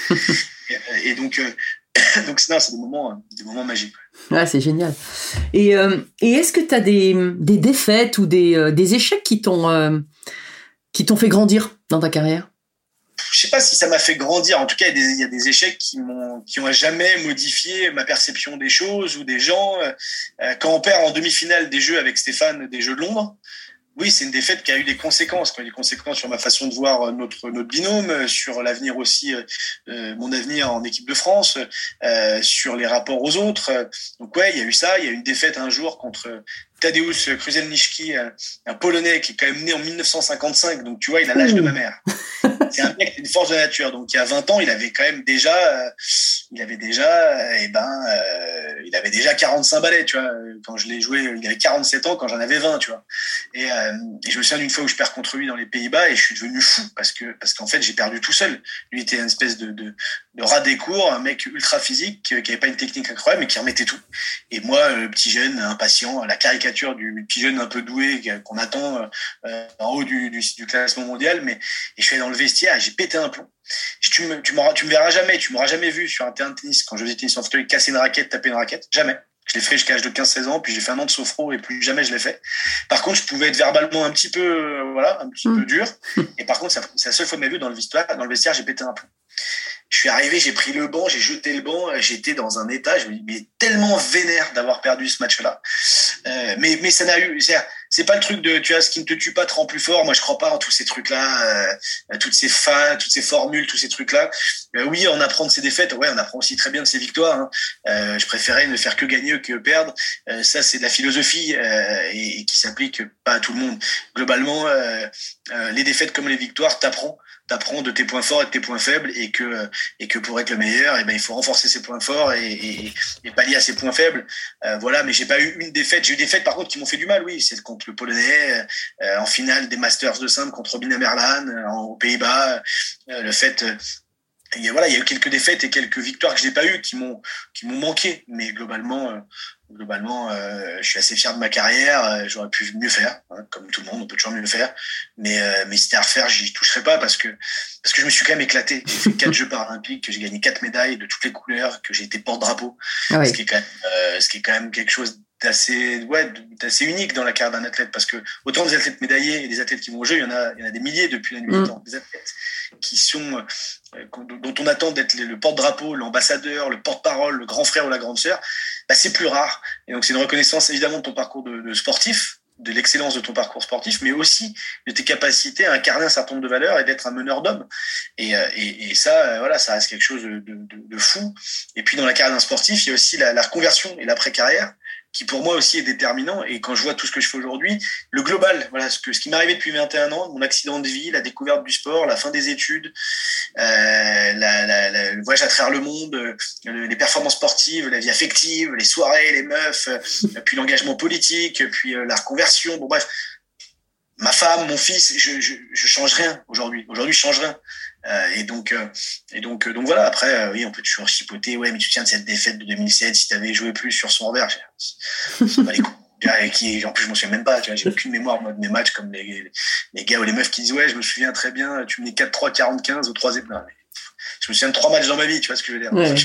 et, et donc, euh, donc non, c'est des moments, des moments magiques. Ouais, c'est génial. Et, euh, et est-ce que t'as des, des défaites ou des, euh, des échecs qui t'ont, euh, qui t'ont fait grandir dans ta carrière? Je sais pas si ça m'a fait grandir. En tout cas, il y a des, il y a des échecs qui m'ont, qui ont jamais modifié ma perception des choses ou des gens. Euh, quand on perd en demi-finale des Jeux avec Stéphane, des Jeux de Londres, oui, c'est une défaite qui a eu des conséquences, quoi. Des conséquences sur ma façon de voir notre notre binôme, sur l'avenir aussi, euh, mon avenir en équipe de France, euh, sur les rapports aux autres. Donc ouais, il y a eu ça. Il y a eu une défaite un jour contre Tadeusz Kruszelnicki, un, un Polonais qui est quand même né en dix-neuf cent cinquante-cinq. Donc tu vois, il a l'âge de ma mère. C'est un mec qui est une force de nature. Donc il y a vingt ans, il avait quand même déjà, euh, il avait déjà, euh, eh ben, euh, il avait déjà quarante-cinq balais, tu vois. Quand je l'ai joué, il avait quarante-sept ans quand j'en avais vingt, tu vois. Et, euh, et je me souviens d'une fois où je perds contre lui dans les Pays-Bas et je suis devenu fou parce que parce qu'en fait j'ai perdu tout seul. Lui était une espèce de de, de rat des cours, un mec ultra physique qui avait pas une technique incroyable mais qui remettait tout. Et moi, le petit jeune impatient, la caricature du petit jeune un peu doué qu'on attend euh, en haut du, du, du classement mondial, mais et je suis allé dans le vestiaire et j'ai pété un plomb. Tu me, tu m'auras, tu me verras jamais, tu m'auras jamais vu sur un terrain de tennis quand je faisais tennis en fauteuil casser une raquette, taper une raquette, jamais. Je l'ai fait jusqu'à l'âge de quinze seize ans, puis j'ai fait un an de sophro et plus jamais je l'ai fait. Par contre, je pouvais être verbalement un petit peu, euh, voilà, un petit mmh. peu dur. Et par contre, c'est la seule fois de ma vie dans le vestiaire, dans le vestiaire, j'ai pété un plomb. Je suis arrivé, j'ai pris le banc, j'ai jeté le banc, j'étais dans un état, je me dis, mais tellement vénère d'avoir perdu ce match-là. Euh, mais, mais ça n'a eu, c'est, c'est pas le truc de, tu vois, ce qui ne te tue pas te rend plus fort. Moi, je crois pas en tous ces trucs-là, euh, toutes ces fa, toutes ces formules, tous ces trucs-là. Euh, oui, on apprend de ses défaites. Ouais, on apprend aussi très bien de ses victoires. Hein. Euh, je préférais ne faire que gagner que perdre. Euh, ça, c'est de la philosophie euh, et, et qui s'applique pas à tout le monde. Globalement, euh, euh, les défaites comme les victoires, t'apprends. T'apprends de tes points forts et de tes points faibles et que et que pour être le meilleur, eh ben il faut renforcer ses points forts et, et, et pallier à ses points faibles. Euh, voilà, mais j'ai pas eu une défaite. J'ai eu des défaites par contre qui m'ont fait du mal. Oui, c'est contre le Polonais euh, en finale des Masters de simple contre Robin Amerlan euh, aux Pays-Bas. Euh, le fait, euh, il y a, voilà, il y a eu quelques défaites et quelques victoires que j'ai pas eues qui m'ont qui m'ont manqué. Mais globalement. Euh, Globalement, euh, je suis assez fier de ma carrière. Euh, j'aurais pu mieux faire, hein, comme tout le monde, on peut toujours mieux faire. Mais, euh, mais si c'était à refaire, j'y toucherais pas parce que parce que je me suis quand même éclaté. J'ai fait quatre Jeux paralympiques, que j'ai gagné quatre médailles de toutes les couleurs, que j'ai été porte-drapeau, ah oui. ce qui est quand même, euh, ce qui est quand même quelque chose d'assez, ouais, d'assez unique dans la carrière d'un athlète parce que autant des athlètes médaillés et des athlètes qui vont au jeu, il y en a, il y en a des milliers depuis la nuit des temps. Des athlètes qui sont euh, dont on attend d'être le porte-drapeau, l'ambassadeur, le porte-parole, le grand frère ou la grande sœur. Bah, c'est plus rare. Et donc, c'est une reconnaissance, évidemment, de ton parcours de, de sportif, de l'excellence de ton parcours sportif, mais aussi de tes capacités à incarner un certain nombre de valeurs et d'être un meneur d'hommes. Et, et, et ça, voilà, ça reste quelque chose de, de, de fou. Et puis dans la carrière d'un sportif, il y a aussi la, la reconversion et l'après-carrière, qui pour moi aussi est déterminant. Et quand je vois tout ce que je fais aujourd'hui, le global, voilà, ce, que, ce qui m'est arrivé depuis vingt et un ans, mon accident de vie, la découverte du sport, la fin des études, euh, la, la, la, le voyage à travers le monde, le, les performances sportives, la vie affective, les soirées, les meufs, euh, puis l'engagement politique, puis euh, la reconversion, bon bref, ma femme, mon fils, je, je, je change rien aujourd'hui. Aujourd'hui, je change rien. Euh, et donc, euh, et donc, euh, donc voilà. Après, euh, oui, on peut toujours chipoter. Ouais, mais tu te souviens de cette défaite de deux mille sept, si t'avais joué plus sur son revers. C'est pas les coups. Qui, en plus, je m'en souviens même pas. Tu vois, j'ai aucune mémoire moi de mes matchs comme les, les gars ou les meufs qui disent ouais, je me souviens très bien. Tu menais quatre trois quarante-quinze au troisième. Non, mais je me souviens de trois matchs dans ma vie. Tu vois ce que je veux dire? Ouais.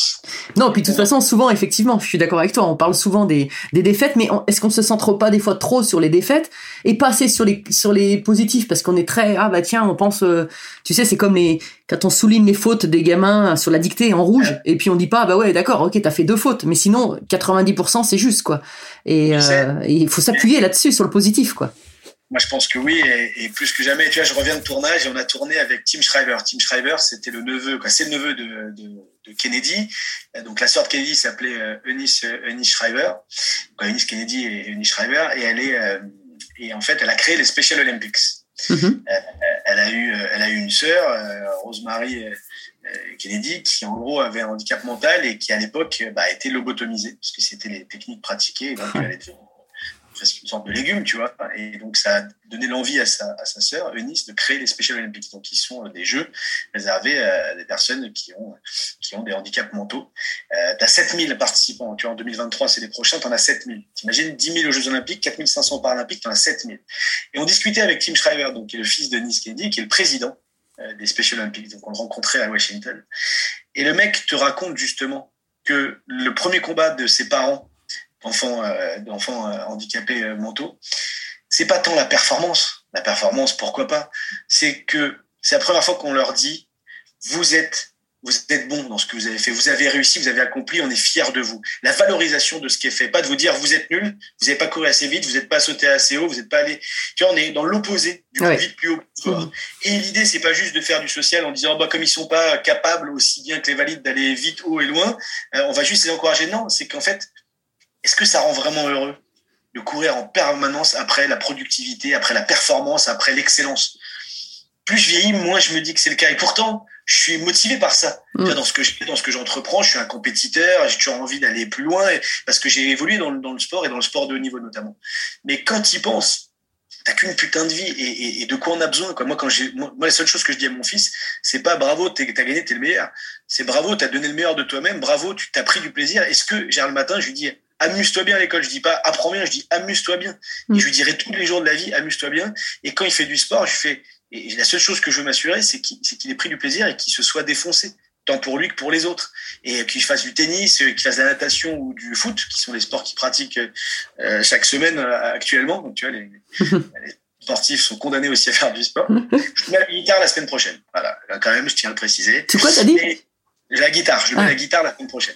Non, puis de toute façon, souvent, effectivement, je suis d'accord avec toi, on parle souvent des, des défaites, mais on, est-ce qu'on se centre pas des fois trop sur les défaites et pas assez sur les, sur les positifs, parce qu'on est très, ah bah tiens, on pense, euh, tu sais, c'est comme les, quand on souligne les fautes des gamins sur la dictée en rouge, et puis on dit pas, bah ouais, d'accord, ok, t'as fait deux fautes, mais sinon, quatre-vingt-dix pour cent c'est juste, quoi. Et il euh, faut s'appuyer là-dessus, sur le positif, quoi. Moi, je pense que oui, et, et plus que jamais. Tu vois, je reviens de tournage et on a tourné avec Tim Shriver. Tim Shriver, c'était le neveu, quoi. C'est le neveu de, de, de Kennedy. Donc, la sœur de Kennedy s'appelait euh, Eunice, Eunice Shriver. Donc, Eunice Kennedy et Eunice Shriver. Et elle est, euh, et en fait, elle a créé les Special Olympics. Mm-hmm. Euh, elle a eu, elle a eu une sœur, euh, Rosemary euh, Kennedy, qui en gros avait un handicap mental et qui à l'époque bah, était lobotomisée parce que c'était les techniques pratiquées. Et donc, elle était presque une sorte de légume, tu vois. Et donc, ça a donné l'envie à sa, à sa sœur, Eunice, de créer les Special Olympics. Donc, qui sont des jeux réservés à des personnes qui ont, qui ont des handicaps mentaux. Euh, t'as sept mille participants. Tu vois, en deux mille vingt-trois, c'est les prochains, t'en as sept mille. T'imagines dix mille aux Jeux Olympiques, quatre mille cinq cents Paralympiques, t'en as sept mille. Et on discutait avec Tim Shriver, donc, qui est le fils de Eunice Kennedy, qui est le président euh, des Special Olympics. Donc, on le rencontrait à Washington. Et le mec te raconte justement que le premier combat de ses parents, d'enfants, euh, d'enfants euh, handicapés euh, mentaux, c'est pas tant la performance. La performance, pourquoi pas? C'est que c'est la première fois qu'on leur dit vous êtes, vous êtes bon dans ce que vous avez fait, vous avez réussi, vous avez accompli, on est fiers de vous. La valorisation de ce qui est fait, pas de vous dire vous êtes nul, vous n'avez pas couru assez vite, vous n'êtes pas sauté assez haut, vous n'êtes pas allé. Tu vois, on est dans l'opposé du ouais. plus vite, plus haut, plus fort. Mmh. Et l'idée, c'est pas juste de faire du social en disant bah comme ils sont pas capables aussi bien que les valides d'aller vite, haut et loin, euh, on va juste les encourager. Non, c'est qu'en fait, est-ce que ça rend vraiment heureux de courir en permanence après la productivité, après la performance, après l'excellence? Plus je vieillis, moins je me dis que c'est le cas. Et pourtant, je suis motivé par ça. Mmh. Dans ce que je fais, dans ce que j'entreprends, je suis un compétiteur, j'ai toujours envie d'aller plus loin parce que j'ai évolué dans le, dans le sport et dans le sport de haut niveau notamment. Mais quand tu y penses, t'as qu'une putain de vie et, et, et de quoi on a besoin, quoi. Moi, quand j'ai, moi, la seule chose que je dis à mon fils, c'est pas bravo, t'as gagné, t'es le meilleur. C'est bravo, t'as donné le meilleur de toi-même. Bravo, tu t'as pris du plaisir. Est-ce que, j'ai le matin, je lui dis, amuse-toi bien à l'école. Je dis pas apprends bien, je dis amuse-toi bien. Mmh. Et je lui dirai tous les jours de la vie, amuse-toi bien. Et quand il fait du sport, je fais, et la seule chose que je veux m'assurer, c'est qu'il, c'est qu'il ait pris du plaisir et qu'il se soit défoncé, tant pour lui que pour les autres. Et qu'il fasse du tennis, qu'il fasse de la natation ou du foot, qui sont les sports qu'il pratique euh, chaque semaine euh, actuellement. Donc tu vois, les, les sportifs sont condamnés aussi à faire du sport. Je mets la guitare la semaine prochaine. Voilà, là, quand même, je tiens à le préciser. C'est quoi, t'as dit? Et la guitare, je mets ah. la guitare la semaine prochaine.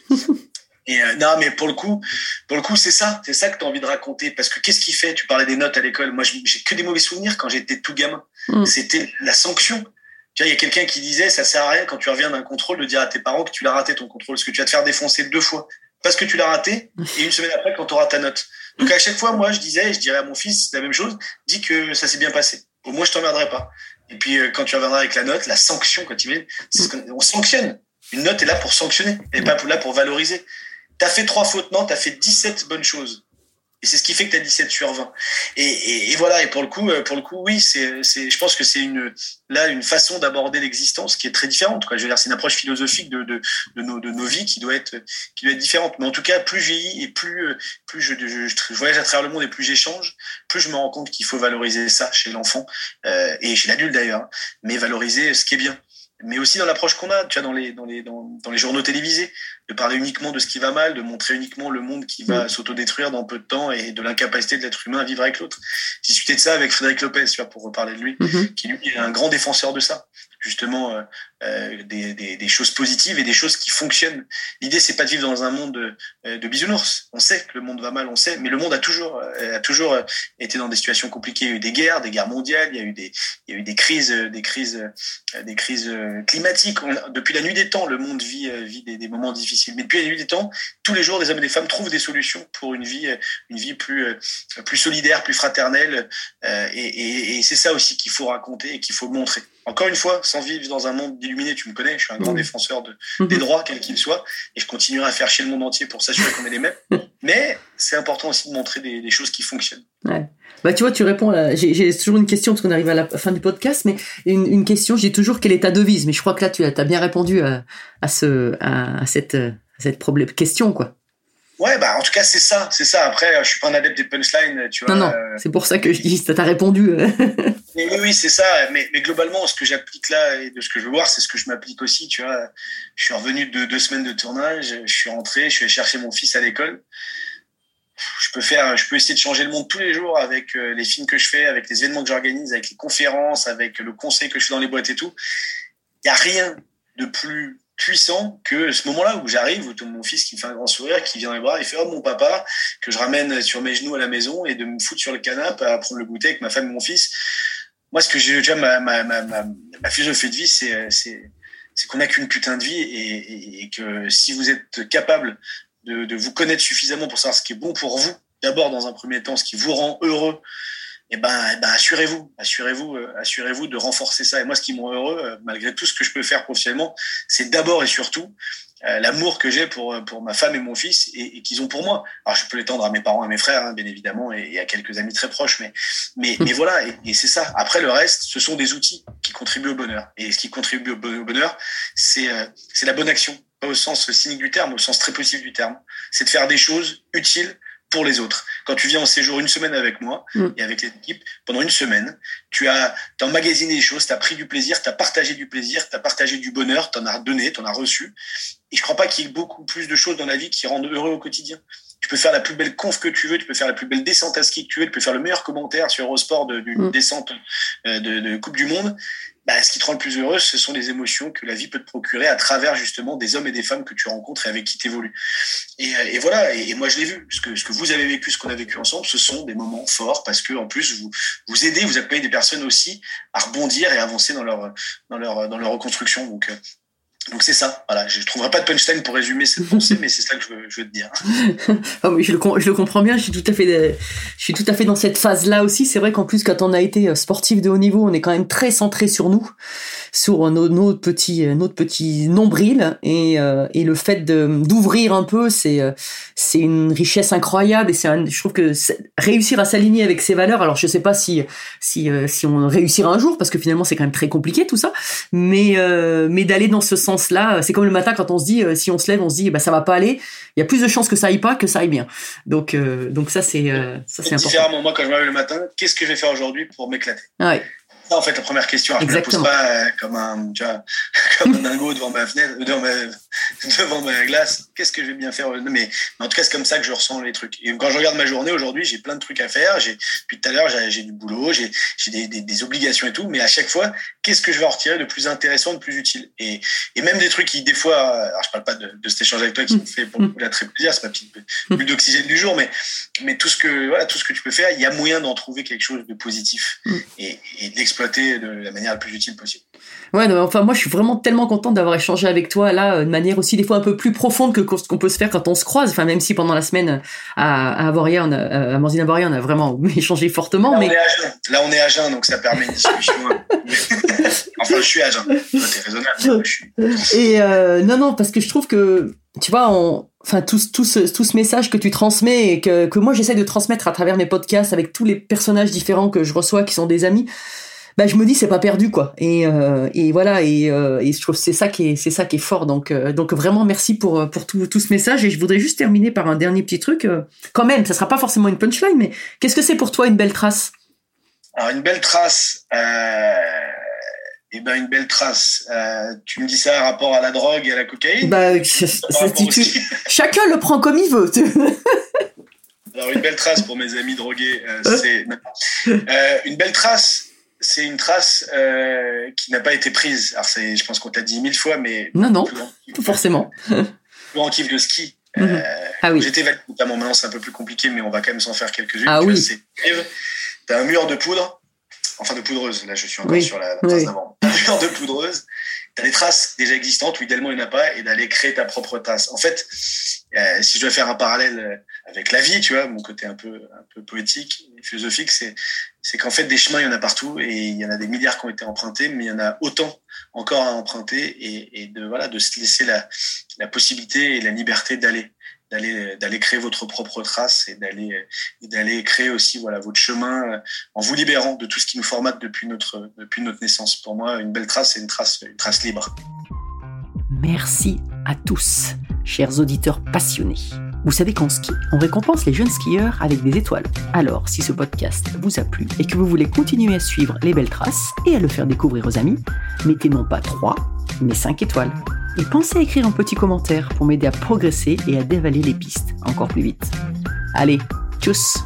Et euh, non, mais pour le coup, pour le coup, c'est ça, c'est ça que t'as envie de raconter. Parce que qu'est-ce qui fait? Tu parlais des notes à l'école. Moi, j'ai que des mauvais souvenirs quand j'étais tout gamin. Mm. C'était la sanction. Tu vois, il y a quelqu'un qui disait, ça sert à rien quand tu reviens d'un contrôle de dire à tes parents que tu l'as raté ton contrôle, parce que tu vas te faire défoncer deux fois parce que tu l'as raté, et une semaine après quand tu auras ta note. Donc à chaque fois, moi, je disais, je dirais à mon fils la même chose, dis que ça s'est bien passé. Au moins, je t'emmerderai pas. Et puis quand tu reviendras avec la note, la sanction, quand tu viens, c'est ce qu'on on sanctionne. Une note est là pour sanctionner, elle n'est pas là pour valoriser. T'as fait trois fautes, non, t'as fait dix-sept bonnes choses. Et c'est ce qui fait que t'as dix-sept sur vingt. Et, et, et voilà. Et pour le coup, pour le coup, oui, c'est, c'est, je pense que c'est une, là, une façon d'aborder l'existence qui est très différente, quoi. Je veux dire, c'est une approche philosophique de, de, de nos, de nos vies qui doit être, qui doit être différente. Mais en tout cas, plus je vieillis et plus, plus je, je, je voyage à travers le monde et plus j'échange, plus je me rends compte qu'il faut valoriser ça chez l'enfant, euh, et chez l'adulte d'ailleurs. Hein, mais valoriser ce qui est bien. Mais aussi dans l'approche qu'on a, tu vois, dans les, dans les, dans, dans les journaux télévisés, de parler uniquement de ce qui va mal, de montrer uniquement le monde qui va mmh. s'autodétruire dans peu de temps et de l'incapacité de l'être humain à vivre avec l'autre. J'ai discuté de ça avec Frédéric Lopez, tu vois, pour reparler de lui, mmh. qui lui est un grand défenseur de ça. justement euh, euh, des, des, des choses positives et des choses qui fonctionnent. L'idée, c'est pas de vivre dans un monde de, de bisounours. On sait que le monde va mal, on sait, mais le monde a toujours, a toujours été dans des situations compliquées. Il y a eu des guerres, des guerres mondiales, il y a eu des, il y a eu des crises, des crises, des crises climatiques. On, depuis la nuit des temps, le monde vit, vit des, des moments difficiles. Mais depuis la nuit des temps, tous les jours, des hommes et des femmes trouvent des solutions pour une vie, une vie plus, plus solidaire, plus fraternelle. Et, et, et c'est ça aussi qu'il faut raconter et qu'il faut montrer. Encore une fois, sans vivre dans un monde d'illuminés, tu me connais, je suis un grand mmh. défenseur de, mmh. des droits, quels qu'ils soient, et je continuerai à faire chier le monde entier pour s'assurer qu'on est les mêmes. Mais c'est important aussi de montrer des, des choses qui fonctionnent. Ouais. Bah, tu vois, tu réponds là. J'ai, j'ai toujours une question, parce qu'on arrive à la fin du podcast, mais une, une question, j'ai toujours quelle est ta devise, mais je crois que là, tu as, t'as bien répondu à, à, ce, à, à cette, à cette problème, question, quoi. Ouais, bah en tout cas c'est ça, c'est ça. Après, je suis pas un adepte des punchlines, tu vois. Non, non, euh... c'est pour ça que je dis, t'as répondu. Mais oui, oui, c'est ça. Mais, mais globalement, ce que j'applique là et de ce que je veux voir, c'est ce que je m'applique aussi, tu vois. Je suis revenu de deux semaines de tournage, je suis rentré, je suis allé chercher mon fils à l'école. Je peux faire, je peux essayer de changer le monde tous les jours avec les films que je fais, avec les événements que j'organise, avec les conférences, avec le conseil que je fais dans les boîtes et tout. Il y a rien de plus puissant que ce moment-là où j'arrive, où mon fils qui me fait un grand sourire, qui vient dans les bras, il fait « Oh mon papa », que je ramène sur mes genoux à la maison et de me foutre sur le canapé à prendre le goûter avec ma femme et mon fils. Moi, ce que j'ai déjà, ma, ma, ma, ma, ma philosophie de vie, c'est, c'est, c'est qu'on n'a qu'une putain de vie et, et, et que si vous êtes capable de, de vous connaître suffisamment pour savoir ce qui est bon pour vous, d'abord dans un premier temps, ce qui vous rend heureux, et ben, et ben assurez-vous, assurez-vous, euh, assurez-vous de renforcer ça. Et moi, ce qui me rend heureux, euh, malgré tout ce que je peux faire professionnellement, c'est d'abord et surtout euh, l'amour que j'ai pour pour ma femme et mon fils et, et qu'ils ont pour moi. Alors, je peux l'étendre à mes parents, à mes frères, hein, bien évidemment, et, et à quelques amis très proches, mais mais mais voilà. Et, et c'est ça. Après, le reste, ce sont des outils qui contribuent au bonheur. Et ce qui contribue au bonheur, c'est euh, c'est la bonne action, pas au sens cynique du terme, au sens très positif du terme. C'est de faire des choses utiles pour les autres. Quand tu viens en séjour une semaine avec moi mmh. et avec l'équipe, pendant une semaine, tu as t'as emmagasiné des choses, tu as pris du plaisir, tu as partagé du plaisir, tu as partagé du bonheur, tu en as donné, tu en as reçu. Et je crois pas qu'il y ait beaucoup plus de choses dans la vie qui rendent heureux au quotidien. Tu peux faire la plus belle conf que tu veux, tu peux faire la plus belle descente à ski que tu veux, tu peux faire le meilleur commentaire sur Eurosport de, d'une mmh. descente de, de, de Coupe du Monde. Bah, ce qui te rend le plus heureux, ce sont les émotions que la vie peut te procurer à travers justement des hommes et des femmes que tu rencontres et avec qui tu évolues. Et, et voilà, et, et moi je l'ai vu, ce que, ce que vous avez vécu, ce qu'on a vécu ensemble, ce sont des moments forts parce que en plus vous vous aidez, vous accompagnez des personnes aussi à rebondir et à avancer dans leur dans leur dans leur reconstruction. Donc Donc c'est ça, voilà. Je ne trouverai pas de punchline pour résumer cette pensée, mais c'est ça que je veux, je veux te dire. Oh, mais je, le, je le comprends bien, je suis tout à fait, je suis tout à fait dans cette phase-là aussi. C'est vrai qu'en plus, quand on a été sportif de haut niveau, on est quand même très centré sur nous, sur nos, nos petits, notre petit nombril, et, euh, et le fait de, d'ouvrir un peu, c'est, c'est une richesse incroyable, et c'est un, je trouve que réussir à s'aligner avec ses valeurs, alors je sais pas si, si, si on réussira un jour, parce que finalement c'est quand même très compliqué tout ça, mais, euh, mais d'aller dans ce sens là, c'est comme le matin quand on se dit, euh, si on se lève, on se dit, bah ça va pas aller. Il y a plus de chances que ça aille pas que ça aille bien. Donc, euh, donc ça c'est, euh, ça c'est important. Différemment, moi quand je me lève le matin, qu'est-ce que je vais faire aujourd'hui pour m'éclater ? Ouais. Ça, en fait, la première question, alors, je ne me la pose pas euh, comme un, tu vois, comme un dingo devant ma fenêtre, devant ma, devant ma glace. Qu'est-ce que je vais bien faire ? mais, mais en tout cas, c'est comme ça que je ressens les trucs. Et quand je regarde ma journée aujourd'hui, j'ai plein de trucs à faire. J'ai, depuis tout à l'heure, j'ai, j'ai du boulot, j'ai, j'ai des, des, des obligations et tout. Mais à chaque fois, qu'est-ce que je vais en retirer de plus intéressant, de plus utile ? Et, et même des trucs qui, des fois, alors je parle pas de, de cet échange avec toi qui me fait pour le coup là très plaisir, c'est ma petite bulle d'oxygène du jour, mais, mais tout ce que, voilà, tout ce que tu peux faire, il y a moyen d'en trouver quelque chose de positif et, et de exploiter de la manière la plus utile possible. Ouais, non, enfin moi je suis vraiment tellement contente d'avoir échangé avec toi là de manière aussi des fois un peu plus profonde que ce qu'on peut se faire quand on se croise. Enfin même si pendant la semaine à, à Avoria, on a, à Morzine Avoria, on a vraiment échangé fortement. Là, mais on est à jeun. Là on est à jeun, donc ça permet une discussion. Enfin je suis à jeun. T'es raisonnable. Je suis... Et euh, non non parce que je trouve que tu vois on enfin tout, tout, ce, tout ce message que tu transmets et que, que moi j'essaie de transmettre à travers mes podcasts avec tous les personnages différents que je reçois qui sont des amis, bah je me dis c'est pas perdu quoi. Et, euh, et voilà et, euh, et je trouve que c'est ça qui est, c'est ça qui est fort. Donc, euh, donc vraiment merci pour, pour tout, tout ce message. Et je voudrais juste terminer par un dernier petit truc. Euh, quand même, ça sera pas forcément une punchline, mais qu'est-ce que c'est pour toi une belle trace ? Alors une belle trace... Euh... Eh ben une belle trace. Euh, tu me dis ça par rapport à la drogue et à la cocaïne ? Bah, c'est, c'est, tu... Chacun le prend comme il veut. Alors une belle trace pour mes amis drogués, euh, c'est euh, une belle trace. c'est une trace euh, qui n'a pas été prise. Alors, c'est, je pense qu'on t'a dit mille fois, mais... Non, non, pas forcément. Plus en kiff de ski. Mmh. Euh, ah oui. J'étais valide, notamment. Maintenant, c'est un peu plus compliqué, mais on va quand même s'en faire quelques-unes. Ah tu oui. vois, c'est... T'as un mur de poudre, enfin de poudreuse, là je suis encore oui. sur la, la trace oui. d'avant. T'as un mur de poudreuse, t'as des traces déjà existantes, ou idéalement il n'y en a pas, et d'aller créer ta propre trace. En fait, euh, si je dois faire un parallèle avec la vie, tu vois, mon côté un peu, un peu poétique, philosophique, c'est, c'est qu'en fait des chemins, il y en a partout, et il y en a des milliards qui ont été empruntés, mais il y en a autant encore à emprunter, et, et de, voilà, de se laisser la, la possibilité et la liberté d'aller. d'aller d'aller créer votre propre trace et d'aller et d'aller créer aussi voilà votre chemin en vous libérant de tout ce qui nous formate depuis notre depuis notre naissance. Pour moi, une belle trace, c'est une trace une trace libre. Merci à tous, chers auditeurs passionnés. Vous savez qu'en ski, on récompense les jeunes skieurs avec des étoiles. Alors, si ce podcast vous a plu et que vous voulez continuer à suivre les belles traces et à le faire découvrir aux amis, mettez non pas trois, mais cinq étoiles. Et pensez à écrire un petit commentaire pour m'aider à progresser et à dévaler les pistes encore plus vite. Allez, tchuss!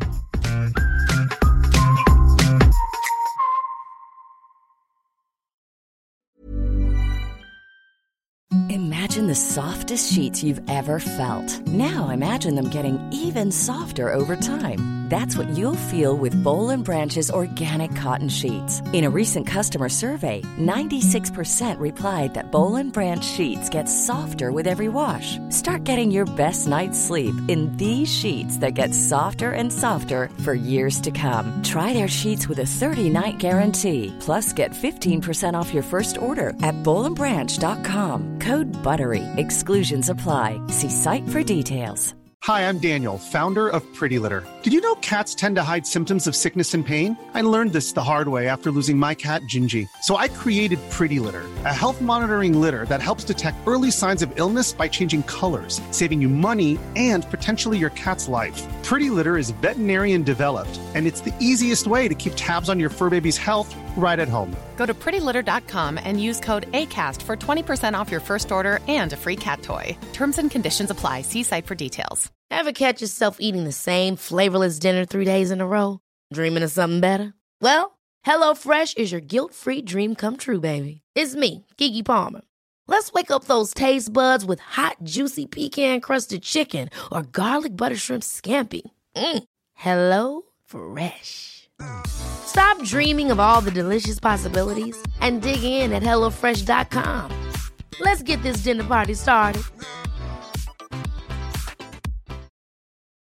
Imagine the softest sheets you've ever felt. Now imagine them getting even softer over time. That's what you'll feel with Boll and Branch's organic cotton sheets. In a recent customer survey, ninety-six percent replied that Boll and Branch sheets get softer with every wash. Start getting your best night's sleep in these sheets that get softer and softer for years to come. Try their sheets with a thirty-night guarantee. Plus, get fifteen percent off your first order at boll and branch dot com. Code BUTTERY. Exclusions apply. See site for details. Hi, I'm Daniel, founder of Pretty Litter. Did you know cats tend to hide symptoms of sickness and pain? I learned this the hard way after losing my cat, Gingy. So I created Pretty Litter, a health monitoring litter that helps detect early signs of illness by changing colors, saving you money and potentially your cat's life. Pretty Litter is veterinarian developed, and it's the easiest way to keep tabs on your fur baby's health right at home. Go to pretty litter dot com and use code ACAST for twenty percent off your first order and a free cat toy. Terms and conditions apply. See site for details. Ever catch yourself eating the same flavorless dinner three days in a row? Dreaming of something better? Well, HelloFresh is your guilt-free dream come true, baby. It's me, Keke Palmer. Let's wake up those taste buds with hot, juicy pecan-crusted chicken or garlic butter shrimp scampi. Mm. Hello Fresh. Stop dreaming of all the delicious possibilities and dig in at hello fresh dot com. Let's get this dinner party started.